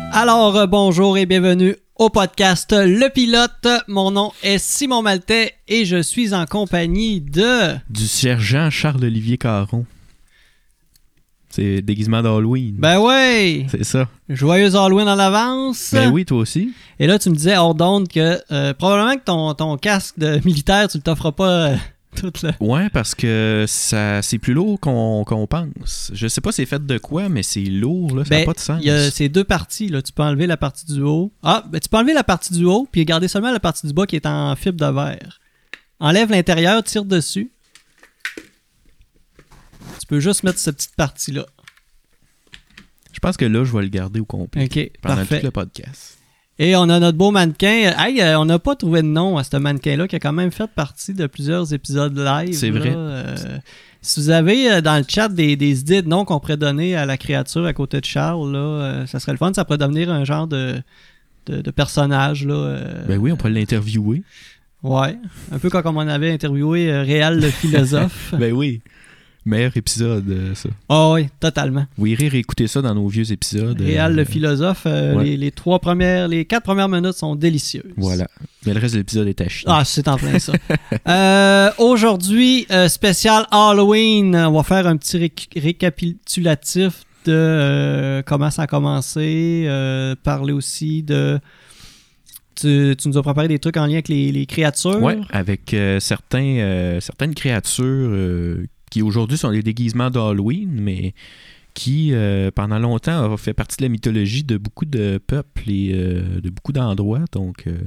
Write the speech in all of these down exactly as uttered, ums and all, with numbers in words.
Alors, euh, bonjour et bienvenue au podcast Le Pilote. Mon nom est Simon Maltais et je suis en compagnie de... Du sergent Charles-Olivier Caron. C'est déguisement d'Halloween. Ben ouais! C'est ça. Joyeux Halloween en avance! Ben oui, toi aussi. Et là, tu me disais hors d'onde que euh, probablement que ton, ton casque de militaire, tu ne t'offres pas... Euh, Tout le... Ouais, parce que ça c'est plus lourd qu'on, qu'on pense. Je sais pas c'est fait de quoi, mais c'est lourd, là, ça n'a ben, pas de sens. Il y a ces deux parties, là. Tu peux enlever la partie du haut. Ah, ben tu peux enlever la partie du haut, puis garder seulement la partie du bas qui est en fibre de verre. Enlève l'intérieur, tire dessus. Tu peux juste mettre cette petite partie-là. Je pense que là, je vais le garder au complet. OK, pendant parfait. tout le podcast. Et on a notre beau mannequin. Hey, euh, on n'a pas trouvé de nom à ce mannequin-là qui a quand même fait partie de plusieurs épisodes live. C'est là. vrai. Euh, si vous avez euh, dans le chat des, des idées de noms qu'on pourrait donner à la créature à côté de Charles, là, euh, ça serait le fun. Ça pourrait devenir un genre de, de, de personnage. Là, euh, Ben oui, on pourrait l'interviewer. Ouais. Un peu comme on avait interviewé euh, Réal le philosophe. Ben oui. Meilleur épisode, euh, ça. Oh oui, totalement. Vous irez réécouter ça dans nos vieux épisodes. Réal euh, le philosophe, euh, ouais. les, les trois premières, les quatre premières minutes sont délicieuses. Voilà. Mais le reste de l'épisode est à chier. Ah, c'est en plein ça. euh, aujourd'hui, euh, spécial Halloween. On va faire un petit ré- récapitulatif de euh, comment ça a commencé. Euh, parler aussi de... Tu, tu nous as préparé des trucs en lien avec les, les créatures. Ouais, avec euh, certains, euh, certaines créatures euh, qui aujourd'hui sont des déguisements d'Halloween, mais qui, euh, pendant longtemps, ont fait partie de la mythologie de beaucoup de peuples et euh, de beaucoup d'endroits. Donc, euh,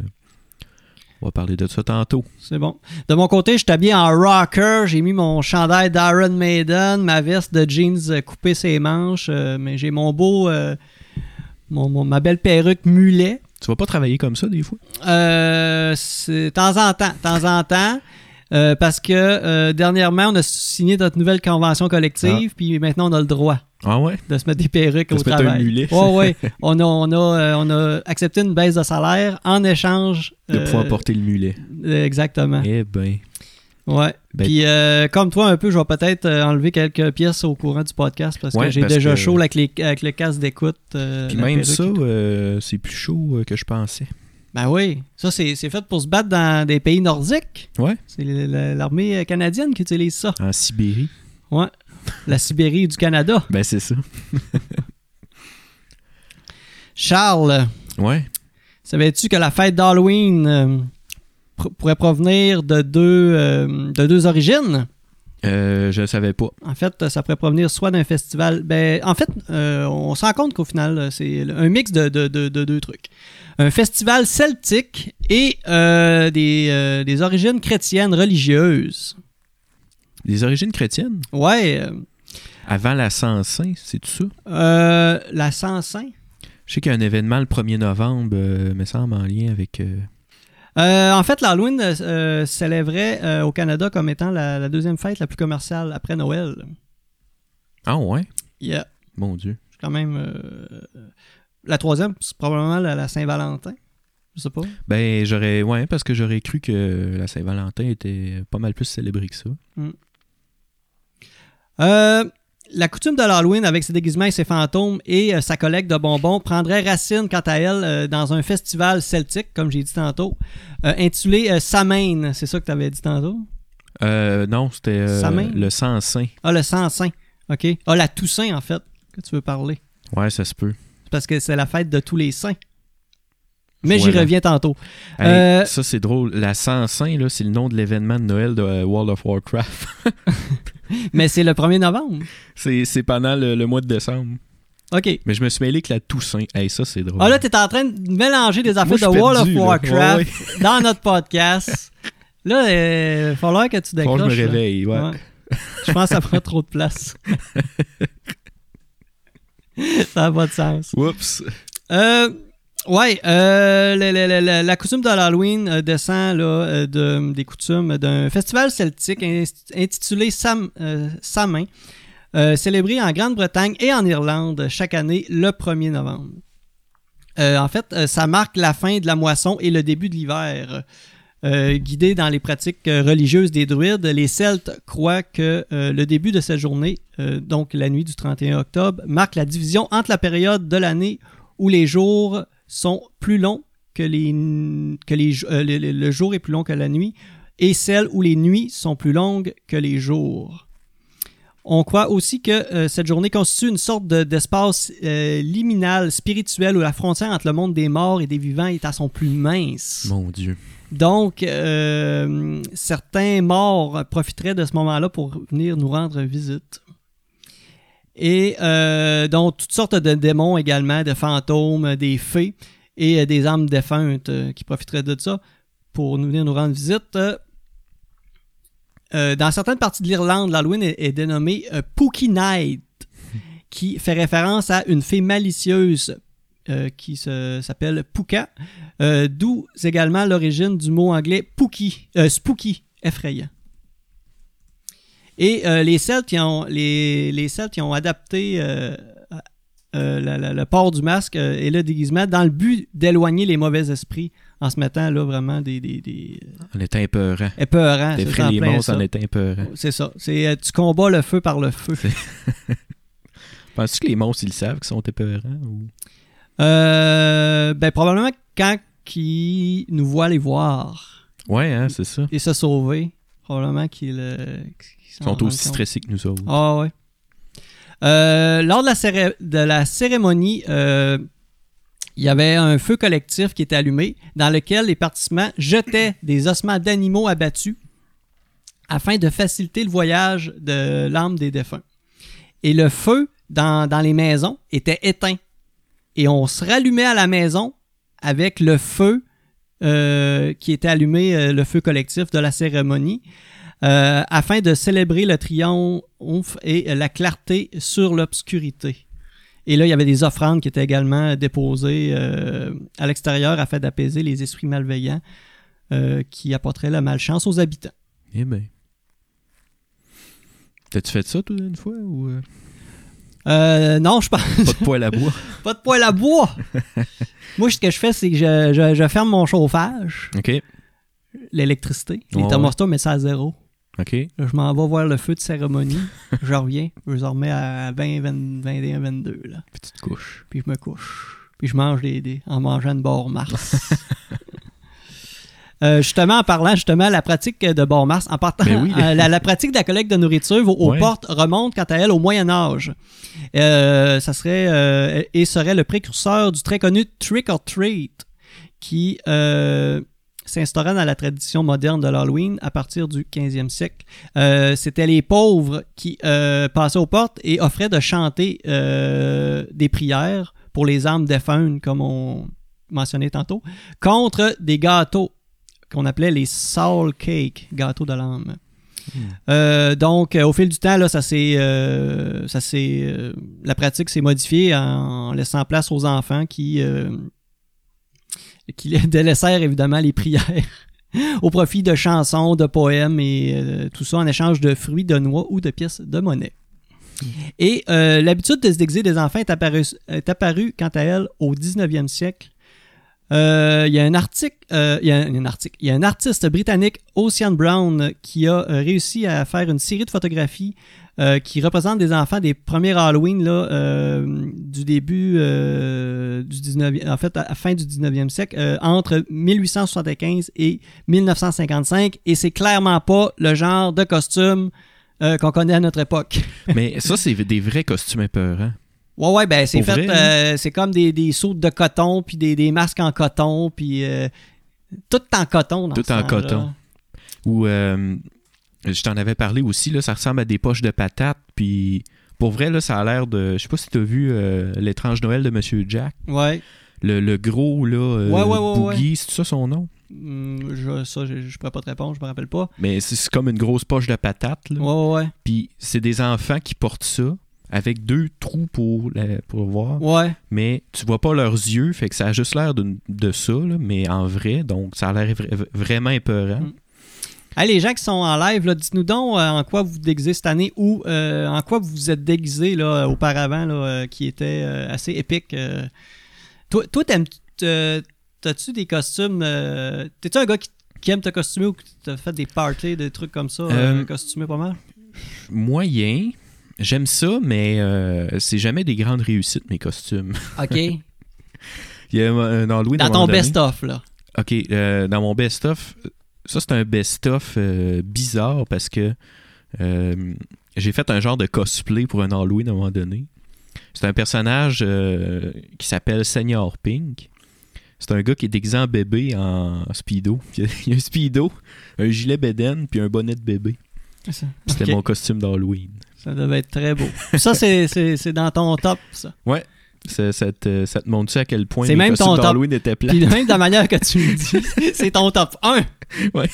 on va parler de ça tantôt. C'est bon. De mon côté, je suis habillé en rocker. J'ai mis mon chandail d'Iron Maiden, ma veste de jeans coupée ses manches, euh, mais j'ai mon beau... Euh, mon, mon, ma belle perruque mulet. Tu vas pas travailler comme ça, des fois? Euh, c'est de temps en temps, de temps en temps. Euh, parce que euh, dernièrement, on a signé notre nouvelle convention collective, ah. puis maintenant, on a le droit ah ouais? de se mettre des perruques de au se travail. Mettre un mulet. Oh, oui, on a, on, a, euh, on a accepté une baisse de salaire en échange... De euh, pouvoir porter le mulet. Exactement. Eh bien... Ouais. Ben, puis euh, comme toi un peu, je vais peut-être euh, enlever quelques pièces au courant du podcast parce ouais, que j'ai parce déjà que... chaud avec, les, avec le casque d'écoute. Euh, puis même ça, euh, c'est plus chaud que je pensais. Ben oui. Ça, c'est, c'est fait pour se battre dans des pays nordiques. Ouais. C'est l'armée canadienne qui utilise ça. En Sibérie. Ouais. La Sibérie du Canada. Ben c'est ça. Charles. Ouais. Savais-tu que la fête d'Halloween... Euh, pourrait provenir de deux, euh, de deux origines. Euh, je ne savais pas. En fait, ça pourrait provenir soit d'un festival... Ben, en fait, euh, on se rend compte qu'au final, c'est un mix de, de, de, de deux trucs. Un festival celtique et euh, des, euh, des origines chrétiennes religieuses. Des origines chrétiennes? Ouais. Euh, Avant la Saint-Saint, c'est tout ça? Euh, la Saint-Saint? Je sais qu'il y a un événement le premier novembre, euh, me semble, en lien avec... Euh... Euh, en fait, l'Halloween euh, s'élèverait euh, au Canada comme étant la, la deuxième fête la plus commerciale après Noël. Ah ouais? Yeah. Mon Dieu. C'est quand même... Euh, la troisième, c'est probablement la, la Saint-Valentin. Je sais pas. Ben, j'aurais... Ouais, parce que j'aurais cru que la Saint-Valentin était pas mal plus célébrée que ça. Mm. Euh... La coutume de l'Halloween avec ses déguisements et ses fantômes et euh, sa collecte de bonbons prendrait racine, quant à elle, euh, dans un festival celtique, comme j'ai dit tantôt, euh, intitulé euh, Samhain. C'est ça que tu avais dit tantôt? Euh, non, c'était euh, le Saint-Saint. Ah, le Saint-Saint. OK. Ah, la Toussaint, en fait, que tu veux parler. Ouais, ça se peut. Parce que c'est la fête de tous les saints. Mais voilà. J'y reviens tantôt. Hey, euh... Ça, c'est drôle. La Saint-Saint, là, c'est le nom de l'événement de Noël de euh, World of Warcraft. Mais c'est le premier novembre. C'est, c'est pendant le, le mois de décembre. OK. Mais je me suis mêlé avec la Toussaint. Hey, ça, c'est drôle. Ah là, t'es en train de mélanger des affaires Moi, de World perdu, of Warcraft ouais, ouais. dans notre podcast. Là, il euh, va falloir que tu décroches. Faut que je me réveille, ouais. ouais. Je pense que ça prend trop de place. Ça n'a pas de sens. Oups. Euh... Ouais, euh, la, la, la, la coutume de l'Halloween euh, descend là, euh, de, des coutumes d'un festival celtique intitulé Sam, euh, Samhain, euh, célébré en Grande-Bretagne et en Irlande chaque année le premier novembre. Euh, en fait, euh, ça marque la fin de la moisson et le début de l'hiver. Euh, guidés dans les pratiques euh, religieuses des druides, les Celtes croient que euh, le début de cette journée, euh, donc la nuit du trente et un octobre, marque la division entre la période de l'année où les jours sont plus longs que les que les euh, le, le jour est plus long que la nuit, et celle où les nuits sont plus longues que les jours. On croit aussi que euh, cette journée constitue une sorte de, d'espace euh, liminal, spirituel, où la frontière entre le monde des morts et des vivants est à son plus mince. Mon Dieu. Donc, euh, certains morts profiteraient de ce moment-là pour venir nous rendre visite. Et euh, donc, toutes sortes de démons également, de fantômes, des fées et euh, des âmes défuntes euh, qui profiteraient de ça pour nous venir nous rendre visite. Euh, Euh, dans certaines parties de l'Irlande, l'Halloween est, est dénommé euh, Pookie Night, qui fait référence à une fée malicieuse euh, qui se, s'appelle Pooka, euh, d'où également l'origine du mot anglais Pookie, euh, spooky, effrayant. Et euh, les Celtes qui ont, les, les Celtes qui ont adapté euh, euh, la, la, le port du masque euh, et le déguisement dans le but d'éloigner les mauvais esprits en se mettant là vraiment des... des, des en étant épeurant. Épeurant. T'effraie les monstres en étant épeurant. C'est ça. C'est, euh, tu combats le feu par le feu. Penses-tu que les monstres, ils le savent qu'ils sont épeurants? Ou... Euh, ben, probablement quand ils nous voient les voir. Ouais, hein, c'est ça. Et se sauver. Probablement qu'ils... Euh, qu'ils ils sont aussi stressés que nous autres. Ah ouais. Euh, lors de la, céré- de la cérémonie... Euh, il y avait un feu collectif qui était allumé dans lequel les participants jetaient des ossements d'animaux abattus afin de faciliter le voyage de l'âme des défunts. Et le feu dans, dans les maisons était éteint. Et on se rallumait à la maison avec le feu euh, qui était allumé, euh, le feu collectif de la cérémonie, euh, afin de célébrer le triomphe et la clarté sur l'obscurité. Et là, il y avait des offrandes qui étaient également déposées euh, à l'extérieur afin d'apaiser les esprits malveillants euh, qui apporteraient la malchance aux habitants. Eh bien. T'as-tu fait ça, toi, une fois? Ou euh... Euh, non, je pense... Pas de poêle à bois? Pas de poêle à bois! Moi, ce que je fais, c'est que je, je, je ferme mon chauffage. OK. L'électricité. Les ouais, thermostats, mais ça à zéro. OK. Là, je m'en vais voir le feu de cérémonie. Je reviens. Je les remets à vingt, vingt, vingt et un, vingt-deux. Là. Puis tu te couches. Puis je me couche. Puis je mange des, des en mangeant une barre Mars. euh, justement, en parlant justement la pratique de barre Mars, en partant, oui. euh, la, la pratique de la collecte de nourriture aux ouais. portes remonte quant à elle au Moyen Âge. Euh, ça serait euh, et serait le précurseur du très connu Trick or Treat qui... Euh, s'instaurait dans la tradition moderne de l'Halloween à partir du quinzième siècle. Euh, c'était les pauvres qui euh, passaient aux portes et offraient de chanter euh, des prières pour les âmes défuntes, comme on mentionnait tantôt, contre des gâteaux qu'on appelait les soul cakes, gâteaux de l'âme. Mmh. Euh, donc, euh, au fil du temps, là, ça s'est, euh, ça s'est, euh, la pratique s'est modifiée en laissant place aux enfants qui... Euh, qui délaissèrent évidemment les prières au profit de chansons, de poèmes et euh, tout ça en échange de fruits, de noix ou de pièces de monnaie. Mmh. Et euh, l'habitude de se déguiser des enfants est apparue, est apparue quant à elle au dix-neuvième siècle. Euh, il y a un article, euh, il y a un, un article, il y a un artiste britannique, Ocean Brown, qui a euh, réussi à faire une série de photographies euh, qui représentent des enfants des premiers Halloween là, euh, du début euh, du dix-neuvième, en fait à la fin du dix-neuvième siècle, euh, entre mille huit cent soixante-quinze et mille neuf cent cinquante-cinq, et c'est clairement pas le genre de costume euh, qu'on connaît à notre époque. Mais ça, c'est des vrais costumes épeurants. Ouais, ouais, ben c'est Pour fait, vrai, euh, c'est comme des, des sautes de coton, puis des, des masques en coton, puis euh, tout en coton. Dans tout ce en temps-là. coton. Ou, euh, je t'en avais parlé aussi, là, ça ressemble à des poches de patates, puis pour vrai, là, ça a l'air de... Je sais pas si t'as vu euh, L'étrange Noël de Monsieur Jack. Ouais. Le, le gros, là, euh, ouais, ouais, ouais, Boogie, ouais. c'est ça son nom? Hum, je, ça, je, je pourrais pas te répondre, je me rappelle pas. Mais c'est, c'est comme une grosse poche de patates, là. Ouais, ouais, ouais. Puis c'est des enfants qui portent ça, avec deux trous pour, la, pour voir. Ouais. Mais tu vois pas leurs yeux, fait que ça a juste l'air de, de ça, là, mais en vrai, donc ça a l'air vra- vraiment épeurant. Mm. Hey, les gens qui sont en live, là, dites-nous donc euh, en quoi vous vous déguisez cette année ou euh, en quoi vous vous êtes déguisé là, auparavant, là, euh, qui était euh, assez épique. Euh. Toi, toi t'aimes, t'as-tu des costumes... Euh, t'es-tu un gars qui, qui aime te costumer ou qui t'a fait des parties, des trucs comme ça, euh, euh, costumé pas mal? Moyen. J'aime ça, mais euh, c'est jamais des grandes réussites, mes costumes. OK. Il y a un Halloween Dans ton best-of, là. OK, euh, dans mon best-of, ça, c'est un best-of euh, bizarre parce que euh, j'ai fait un genre de cosplay pour un Halloween à un moment donné. C'est un personnage euh, qui s'appelle Senior Pink. C'est un gars qui est déguisé en bébé en speedo. Il y a un speedo, un gilet bédaine puis un bonnet de bébé. Ça. C'était Okay. mon costume d'Halloween. Ça devait être très beau. Ça, c'est, c'est, c'est dans ton top, ça. Ouais. Ça, ça, te, ça te montre-tu à quel point c'est les même costumes ton top. d'Halloween étaient plats? Puis même de la manière que tu me dis, c'est ton top un. Ouais.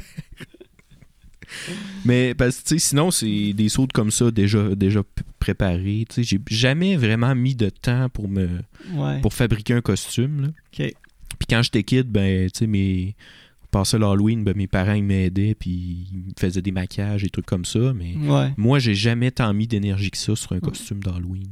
Mais parce que sinon, c'est des sautes comme ça déjà, déjà p- préparées. T'sais, j'ai jamais vraiment mis de temps pour me Ouais. pour fabriquer un costume. Là. OK. Puis quand j'étais kid, ben, tu sais, mes. Passé l'Halloween, ben, mes parents ils m'aidaient puis ils me faisaient des maquillages et trucs comme ça. Mais Ouais. moi, j'ai jamais tant mis d'énergie que ça sur un costume d'Halloween.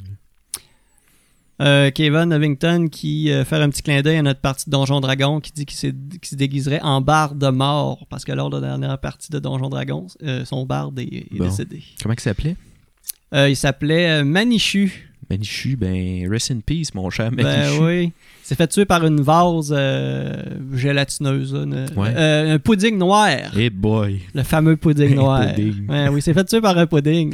Euh, Kevin Ovington qui euh, fait un petit clin d'œil à notre partie de Donjon Dragon qui dit qu'il, s'est, qu'il se déguiserait en barde de mort parce que lors de la dernière partie de Donjon Dragon, euh, son barde est, est Bon. décédé. Comment il s'appelait? Euh, il s'appelait euh, Manichu. Manichu, ben, rest in peace, mon cher Manichu. Ben oui. Il s'est fait tuer par une vase euh, gélatineuse. Là, une- Ouais. euh, un pudding noir. Hey boy! Le fameux pudding Un noir. pudding. Ouais, oui, il s'est fait tuer par un pudding.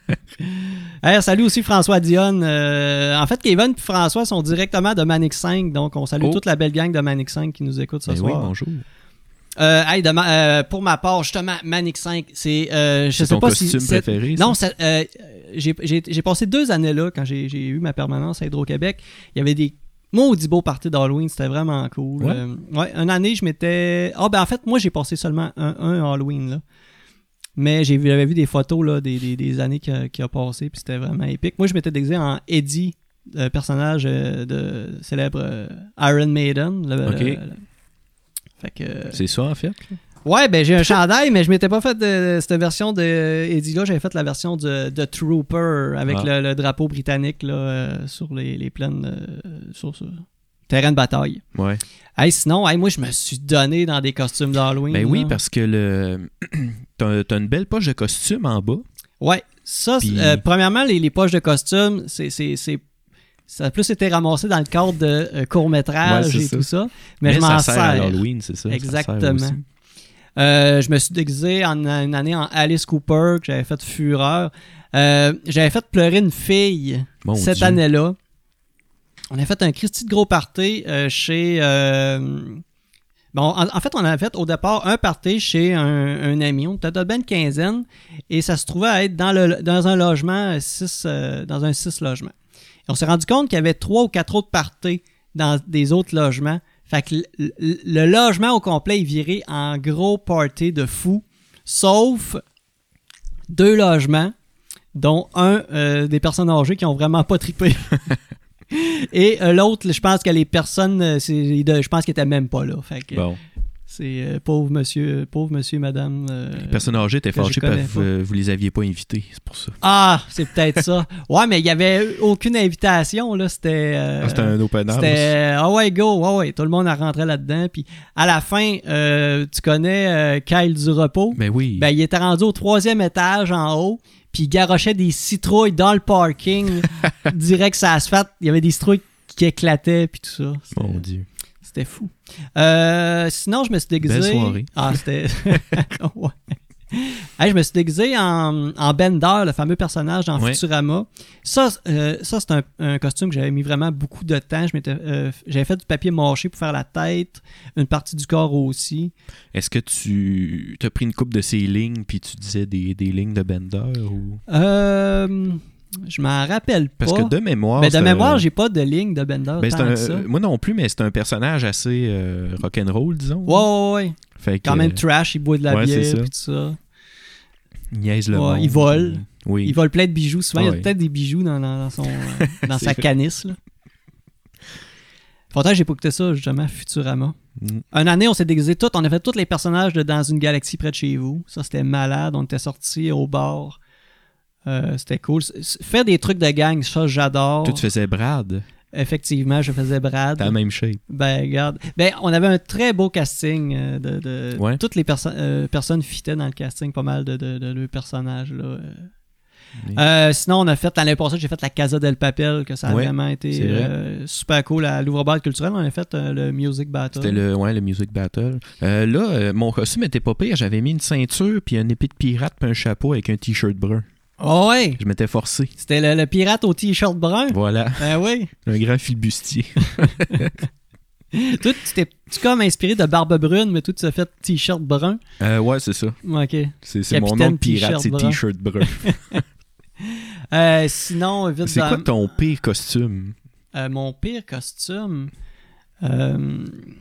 Hey, salut aussi François Dionne. Euh, en fait, Kevin et François sont directement de Manix cinq, donc on salue Oh. toute la belle gang de Manix cinq qui nous écoute ce Ben oui, soir. bonjour. Euh, hey, de ma- euh, pour ma part, justement, Manix cinq, c'est... Euh, je C'est sais ton pas costume si, c'est- préféré? Non, ça? ça, euh, j'ai, j'ai, j'ai passé deux années là, quand j'ai, j'ai eu ma permanence à Hydro-Québec. Il y avait des maudits beaux parties d'Halloween, c'était vraiment cool. Ouais. Euh, ouais, une année, je m'étais... Ah, ben en fait, moi, j'ai passé seulement un, un Halloween, là. Mais j'ai vu, j'avais vu des photos là, des, des, des années qui a, qui a passé, puis c'était vraiment épique. Moi, je m'étais déguisé en Eddie, euh, personnage euh, de célèbre euh, Iron Maiden. Le, Ok. le- le- Fait que... C'est ça, en fait? là? Ouais, ben j'ai un chandail, mais je m'étais pas fait de cette version de Eddie-là. J'avais fait la version de, de Trooper avec Ah. le, le drapeau britannique là, euh, sur les, les plaines, euh, sur ce terrain de bataille. Ouais. Hey, sinon, hey, moi, je me suis donné dans des costumes d'Halloween. Ben oui, là. parce que le t'as, t'as une belle poche de costume en bas. Ouais, ça, Puis- euh, premièrement, les, les poches de costumes, c'est, c'est, c'est, ça a plus été ramassé dans le cadre de euh, court-métrage Ouais, c'est et ça. tout ça. Mais, Mais je m'en ça sert à sers. l'Halloween, c'est ça. ça sert Exactement. aussi. Euh, je me suis déguisé en une année en Alice Cooper, que j'avais fait Fureur. Euh, j'avais fait pleurer une fille Mon cette Dieu. année-là. On a fait un Christy de gros party euh, chez... euh, Bon, en, en fait, on avait fait au départ un party chez un, un ami. On était de ben une quinzaine. Et ça se trouvait à être dans, le, dans un logement, six, euh, dans un six logements. Et on s'est rendu compte qu'il y avait trois ou quatre autres parties dans des autres logements. Fait que le, le- le logement au complet est viré en gros party de fou. Sauf deux logements, dont un euh, des personnes âgées qui ont vraiment pas trippé. Et euh, l'autre, je pense que les personnes, euh, c'est, je pense qu'ils étaient même pas là. Fait que Bon. c'est euh, pauvre monsieur, pauvre monsieur, madame. euh, Les personnes âgées étaient que je fâchées connais parce que vous, vous les aviez pas invités, c'est pour ça. Ah, c'est peut-être ça. Ouais, mais il y avait aucune invitation là. C'était. euh, Ah, c'était un open house. C'était ah ouais go, ah ouais, tout le monde a rentré là-dedans. Puis à la fin, euh, tu connais euh, Kyle du repos. Ben oui. Ben il était rendu au troisième étage en haut. Puis il garochait des citrouilles dans le parking, direct sur l'asphalte. Il y avait des citrouilles qui éclataient, puis tout ça. C'était, Mon Dieu. c'était fou. Euh, sinon, je me suis déguisé... Belle soirée. Ah, c'était... ouais. Hey, je me suis déguisé en, en Bender, le fameux personnage dans Ouais. Futurama. Ça, euh, ça c'est un, un costume que j'avais mis vraiment beaucoup de temps. Je m'étais, euh, j'avais fait du papier mâché pour faire la tête, une partie du corps aussi. Est-ce que tu as pris une coupe de ces lignes puis tu disais des, des lignes de Bender ou... Euh, je m'en rappelle pas. Parce que de mémoire. Ben, de c'est mémoire, un- j'ai pas de ligne de Bender ben, c'est tant un- que ça. moi non plus, mais c'est un personnage assez euh, rock'n'roll, disons. Ouais, ouais, ouais. Fait que, Quand même euh, trash, il boit de la ouais, c'est bière ça. et tout ça. il niaise le Ouais, monde. il vole. Oui. Il vole plein de bijoux. Souvent, il y Ouais. a peut-être des bijoux dans, dans, dans son, euh, dans C'est sa vrai. canisse. Là. Pourtant, j'ai pas écouté ça, justement, Futurama. Mm. Une année, on s'est déguisé tout. On a fait tous les personnages de Dans une galaxie près de chez vous. Ça, c'était malade. On était sortis au bar. Euh, c'était cool. C- c- Faire des trucs de gang, ça, j'adore. Toi, tu faisais Brad. Effectivement, je faisais Brad. T'as la même shape. Ben, regarde. Ben, on avait un très beau casting. euh, de, de- Ouais. Toutes les perso- euh, personnes fitaient dans le casting, pas mal de, de, de leurs personnages. Là. euh. Mais... Euh, sinon, on a fait, l'année passée, j'ai fait la Casa del Papel, que ça a Ouais, vraiment été euh, super cool. À l'Ouvre-Bal culturel, on a fait euh, le Music Battle. C'était le, ouais, le Music Battle. Euh, là, euh, mon costume était pas pire. J'avais mis une ceinture, puis une épée de pirate, puis un chapeau avec un t-shirt brun. Oh ouais! Je m'étais forcé. C'était le, le pirate au t-shirt brun? Voilà. Ben oui. Un grand filibustier. Toi, tu t'es tu comme inspiré de Barbe Brune, mais toi, tu as fait t-shirt brun. Euh, ouais, c'est ça. OK. C'est, c'est mon nom de pirate, c'est brun. t-shirt brun. euh, sinon, vite C'est dans... quoi ton pire costume? Euh, mon pire costume... Euh...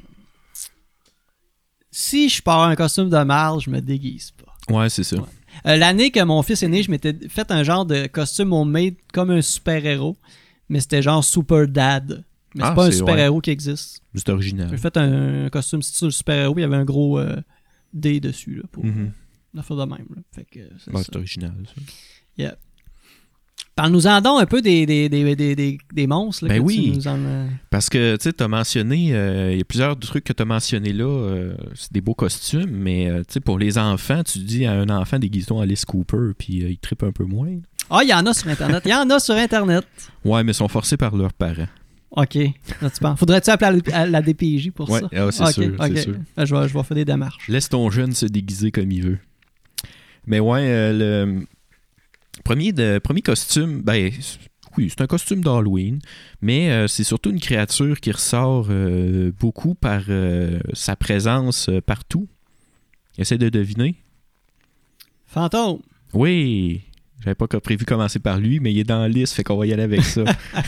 Si je pars un costume de marde, je me déguise pas. Ouais, c'est ça. Ouais. Euh, l'année que mon fils est né, je m'étais fait un genre de costume homemade comme un super-héros, mais c'était genre Super Dad. Mais c'est ah, pas c'est, un super-héros ouais. qui existe. C'est original. J'ai fait un, un costume style super-héros, il y avait un gros euh, D dessus là, pour mm-hmm. la faire de même. Là. Fait que, c'est, bah, c'est original, ça. Yeah. Parle-nous-en donc un peu des, des, des, des, des, des monstres. Là, ben que oui, tu nous en, euh... parce que tu as mentionné, il euh, y a plusieurs trucs que tu as mentionnés là, euh, c'est des beaux costumes, mais euh, pour les enfants, tu dis à un enfant déguise-toi en Alice Cooper, puis euh, il trippe un peu moins. Ah, il y en a sur Internet. Il y en a sur Internet. Ouais, mais ils sont forcés par leurs parents. OK. Là, tu penses. Faudrait-tu appeler à la D P J pour ouais, ça? Ah, c'est, okay, sûr, okay. c'est sûr. Là, je, vais, je vais faire des démarches. Laisse ton jeune se déguiser comme il veut. Mais ouais, euh, le premier, de, premier costume, ben oui, c'est un costume d'Halloween, mais euh, c'est surtout une créature qui ressort euh, beaucoup par euh, sa présence euh, partout. Essaie de deviner. Fantôme. Oui! J'avais pas prévu commencer par lui, mais il est dans la liste, fait qu'on va y aller avec ça.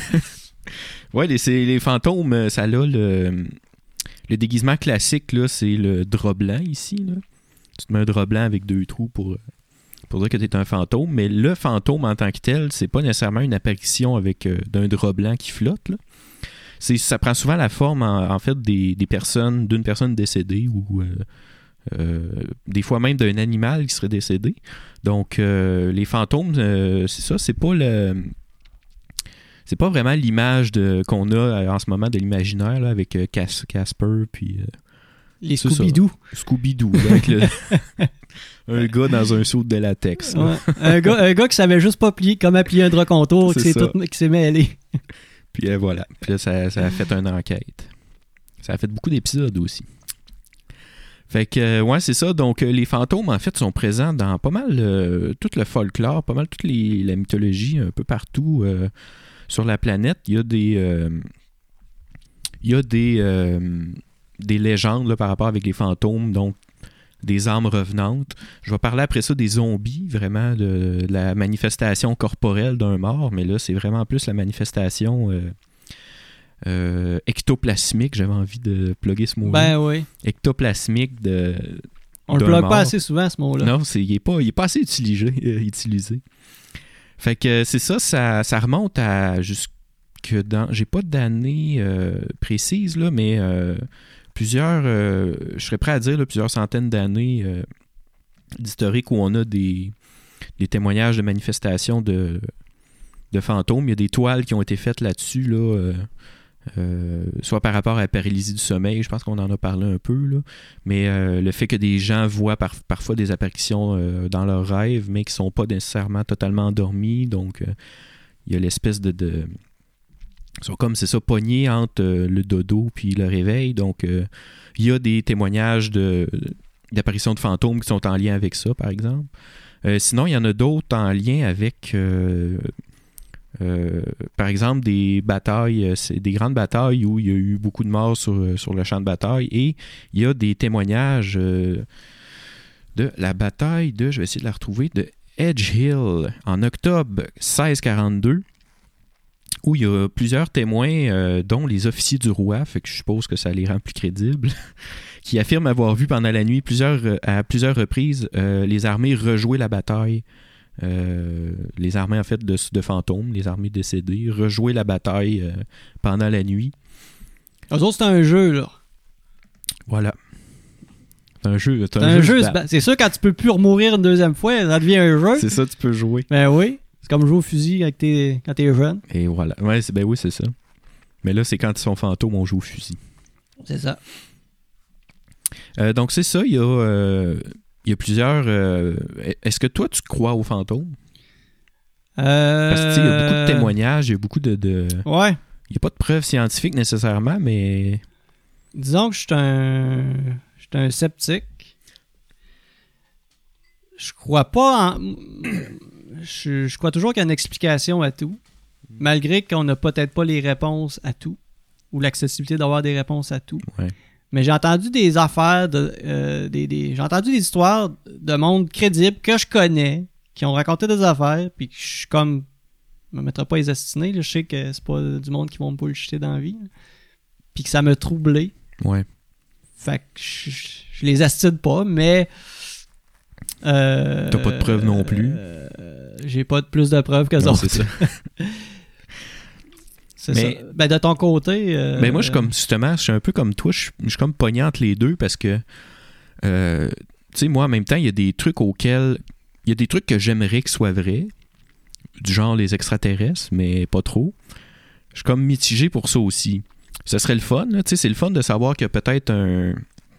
Ouais, les, c'est, les fantômes, ça a le, le déguisement classique, là, c'est le drap blanc ici. Là. Tu te mets un drap blanc avec deux trous pour, pour dire que tu es un fantôme, mais le fantôme en tant que tel, c'est pas nécessairement une apparition avec euh, d'un drap blanc qui flotte. Là. C'est, ça prend souvent la forme, en, en fait, des, des personnes, d'une personne décédée ou... Euh, Euh, des fois même d'un animal qui serait décédé. Donc, euh, les fantômes, euh, c'est ça, c'est pas le... C'est pas vraiment l'image de, qu'on a euh, en ce moment de l'imaginaire là, avec euh, Cas- Casper puis... Euh, les Scooby-Doo. Scooby-Doo, là, avec le... un gars dans un saut de latex. Ouais. un, gars, un gars qui savait juste pas plier, comment plier un drap contour, qui s'est, tout, qui s'est mêlé. Puis euh, voilà. Puis là, ça, ça a fait une enquête. Ça a fait beaucoup d'épisodes aussi. Fait que, euh, ouais, c'est ça. Donc, euh, les fantômes, en fait, sont présents dans pas mal euh, tout le folklore, pas mal toute les, la mythologie, un peu partout euh, sur la planète. Il y a des... Euh, il y a des, euh, des légendes là, par rapport avec les fantômes, donc des âmes revenantes. Je vais parler après ça des zombies, vraiment, de, de la manifestation corporelle d'un mort, mais là, c'est vraiment plus la manifestation... Euh, Euh, ectoplasmique, j'avais envie de plugger ce mot-là. Ben oui. Ectoplasmique de. On le plug pas assez souvent, ce mot-là. Non, c'est, il n'est pas, il est pas assez utilisé, euh, utilisé. Fait que c'est ça, ça, ça remonte à jusque dans. J'ai pas d'année euh, précise, là, mais euh, plusieurs. Euh, je serais prêt à dire là, plusieurs centaines d'années euh, d'historique où on a des, des témoignages de manifestations de, de fantômes. Il y a des toiles qui ont été faites là-dessus, là. Euh, Euh, soit par rapport à la paralysie du sommeil, je pense qu'on en a parlé un peu, là. Mais euh, le fait que des gens voient par, parfois des apparitions euh, dans leurs rêves, mais qui ne sont pas nécessairement totalement endormis, donc euh, il y a l'espèce de... de... Ils sont comme, c'est ça, pognés entre euh, le dodo puis le réveil, donc euh, il y a des témoignages de, d'apparitions de fantômes qui sont en lien avec ça, par exemple. Euh, sinon, il y en a d'autres en lien avec... Euh, Euh, par exemple, des batailles, c'est des grandes batailles où il y a eu beaucoup de morts sur, sur le champ de bataille et il y a des témoignages euh, de la bataille de, je vais essayer de la retrouver, de Edge Hill en octobre seize quarante-deux où il y a plusieurs témoins, euh, dont les officiers du roi, fait que je suppose que ça les rend plus crédibles, qui affirment avoir vu pendant la nuit plusieurs, à plusieurs reprises euh, les armées rejouer la bataille. Euh, les armées en fait de, de fantômes, les armées décédées, rejouer la bataille euh, pendant la nuit. Eux autres, c'est un jeu, là. Voilà. C'est un jeu. C'est un, un jeu. jeu C'est, c'est sûr, quand tu peux plus remourir une deuxième fois, ça devient un jeu. C'est ça, tu peux jouer. Ben oui. C'est comme jouer au fusil avec tes, quand t'es jeune. Et voilà. Ouais, c'est, ben oui, c'est ça. Mais là, c'est quand ils sont fantômes, on joue au fusil. C'est ça. Euh, donc, c'est ça. Il y a... Euh, Il y a plusieurs... Euh, est-ce que toi, tu crois aux fantômes? Euh... Parce qu'il y a beaucoup de témoignages, il y a beaucoup de... de... Ouais. Il n'y a pas de preuves scientifiques nécessairement, mais... Disons que je suis un... Je suis un sceptique. Je crois pas en... Je, je crois toujours qu'il y a une explication à tout, malgré qu'on n'a peut-être pas les réponses à tout, ou l'accessibilité d'avoir des réponses à tout. Ouais. Mais j'ai entendu des affaires, de, euh, des, des, j'ai entendu des histoires de monde crédible que je connais, qui ont raconté des affaires, puis que je suis comme... Je me mettrai pas les assassiner, là, je sais que c'est pas du monde qui vont me bullshiter dans la vie, là. Puis que ça m'a troublé. Ouais. Fait que je, je, je les astine pas, mais... Euh, T'as pas de preuves non plus. Euh, j'ai pas de plus de preuves que ça. C'est ça. c'est mais, ça. Ben, de ton côté... Euh, ben moi, je suis comme, justement, je suis un peu comme toi, je, je suis comme pogné entre les deux parce que, euh, tu sais, moi, en même temps, il y a des trucs auxquels... Il y a des trucs que j'aimerais qu'ils soient vrais, du genre les extraterrestres, mais pas trop. Je suis comme mitigé pour ça aussi. Ce serait le fun, tu sais, c'est le fun de savoir qu'il y a peut-être un...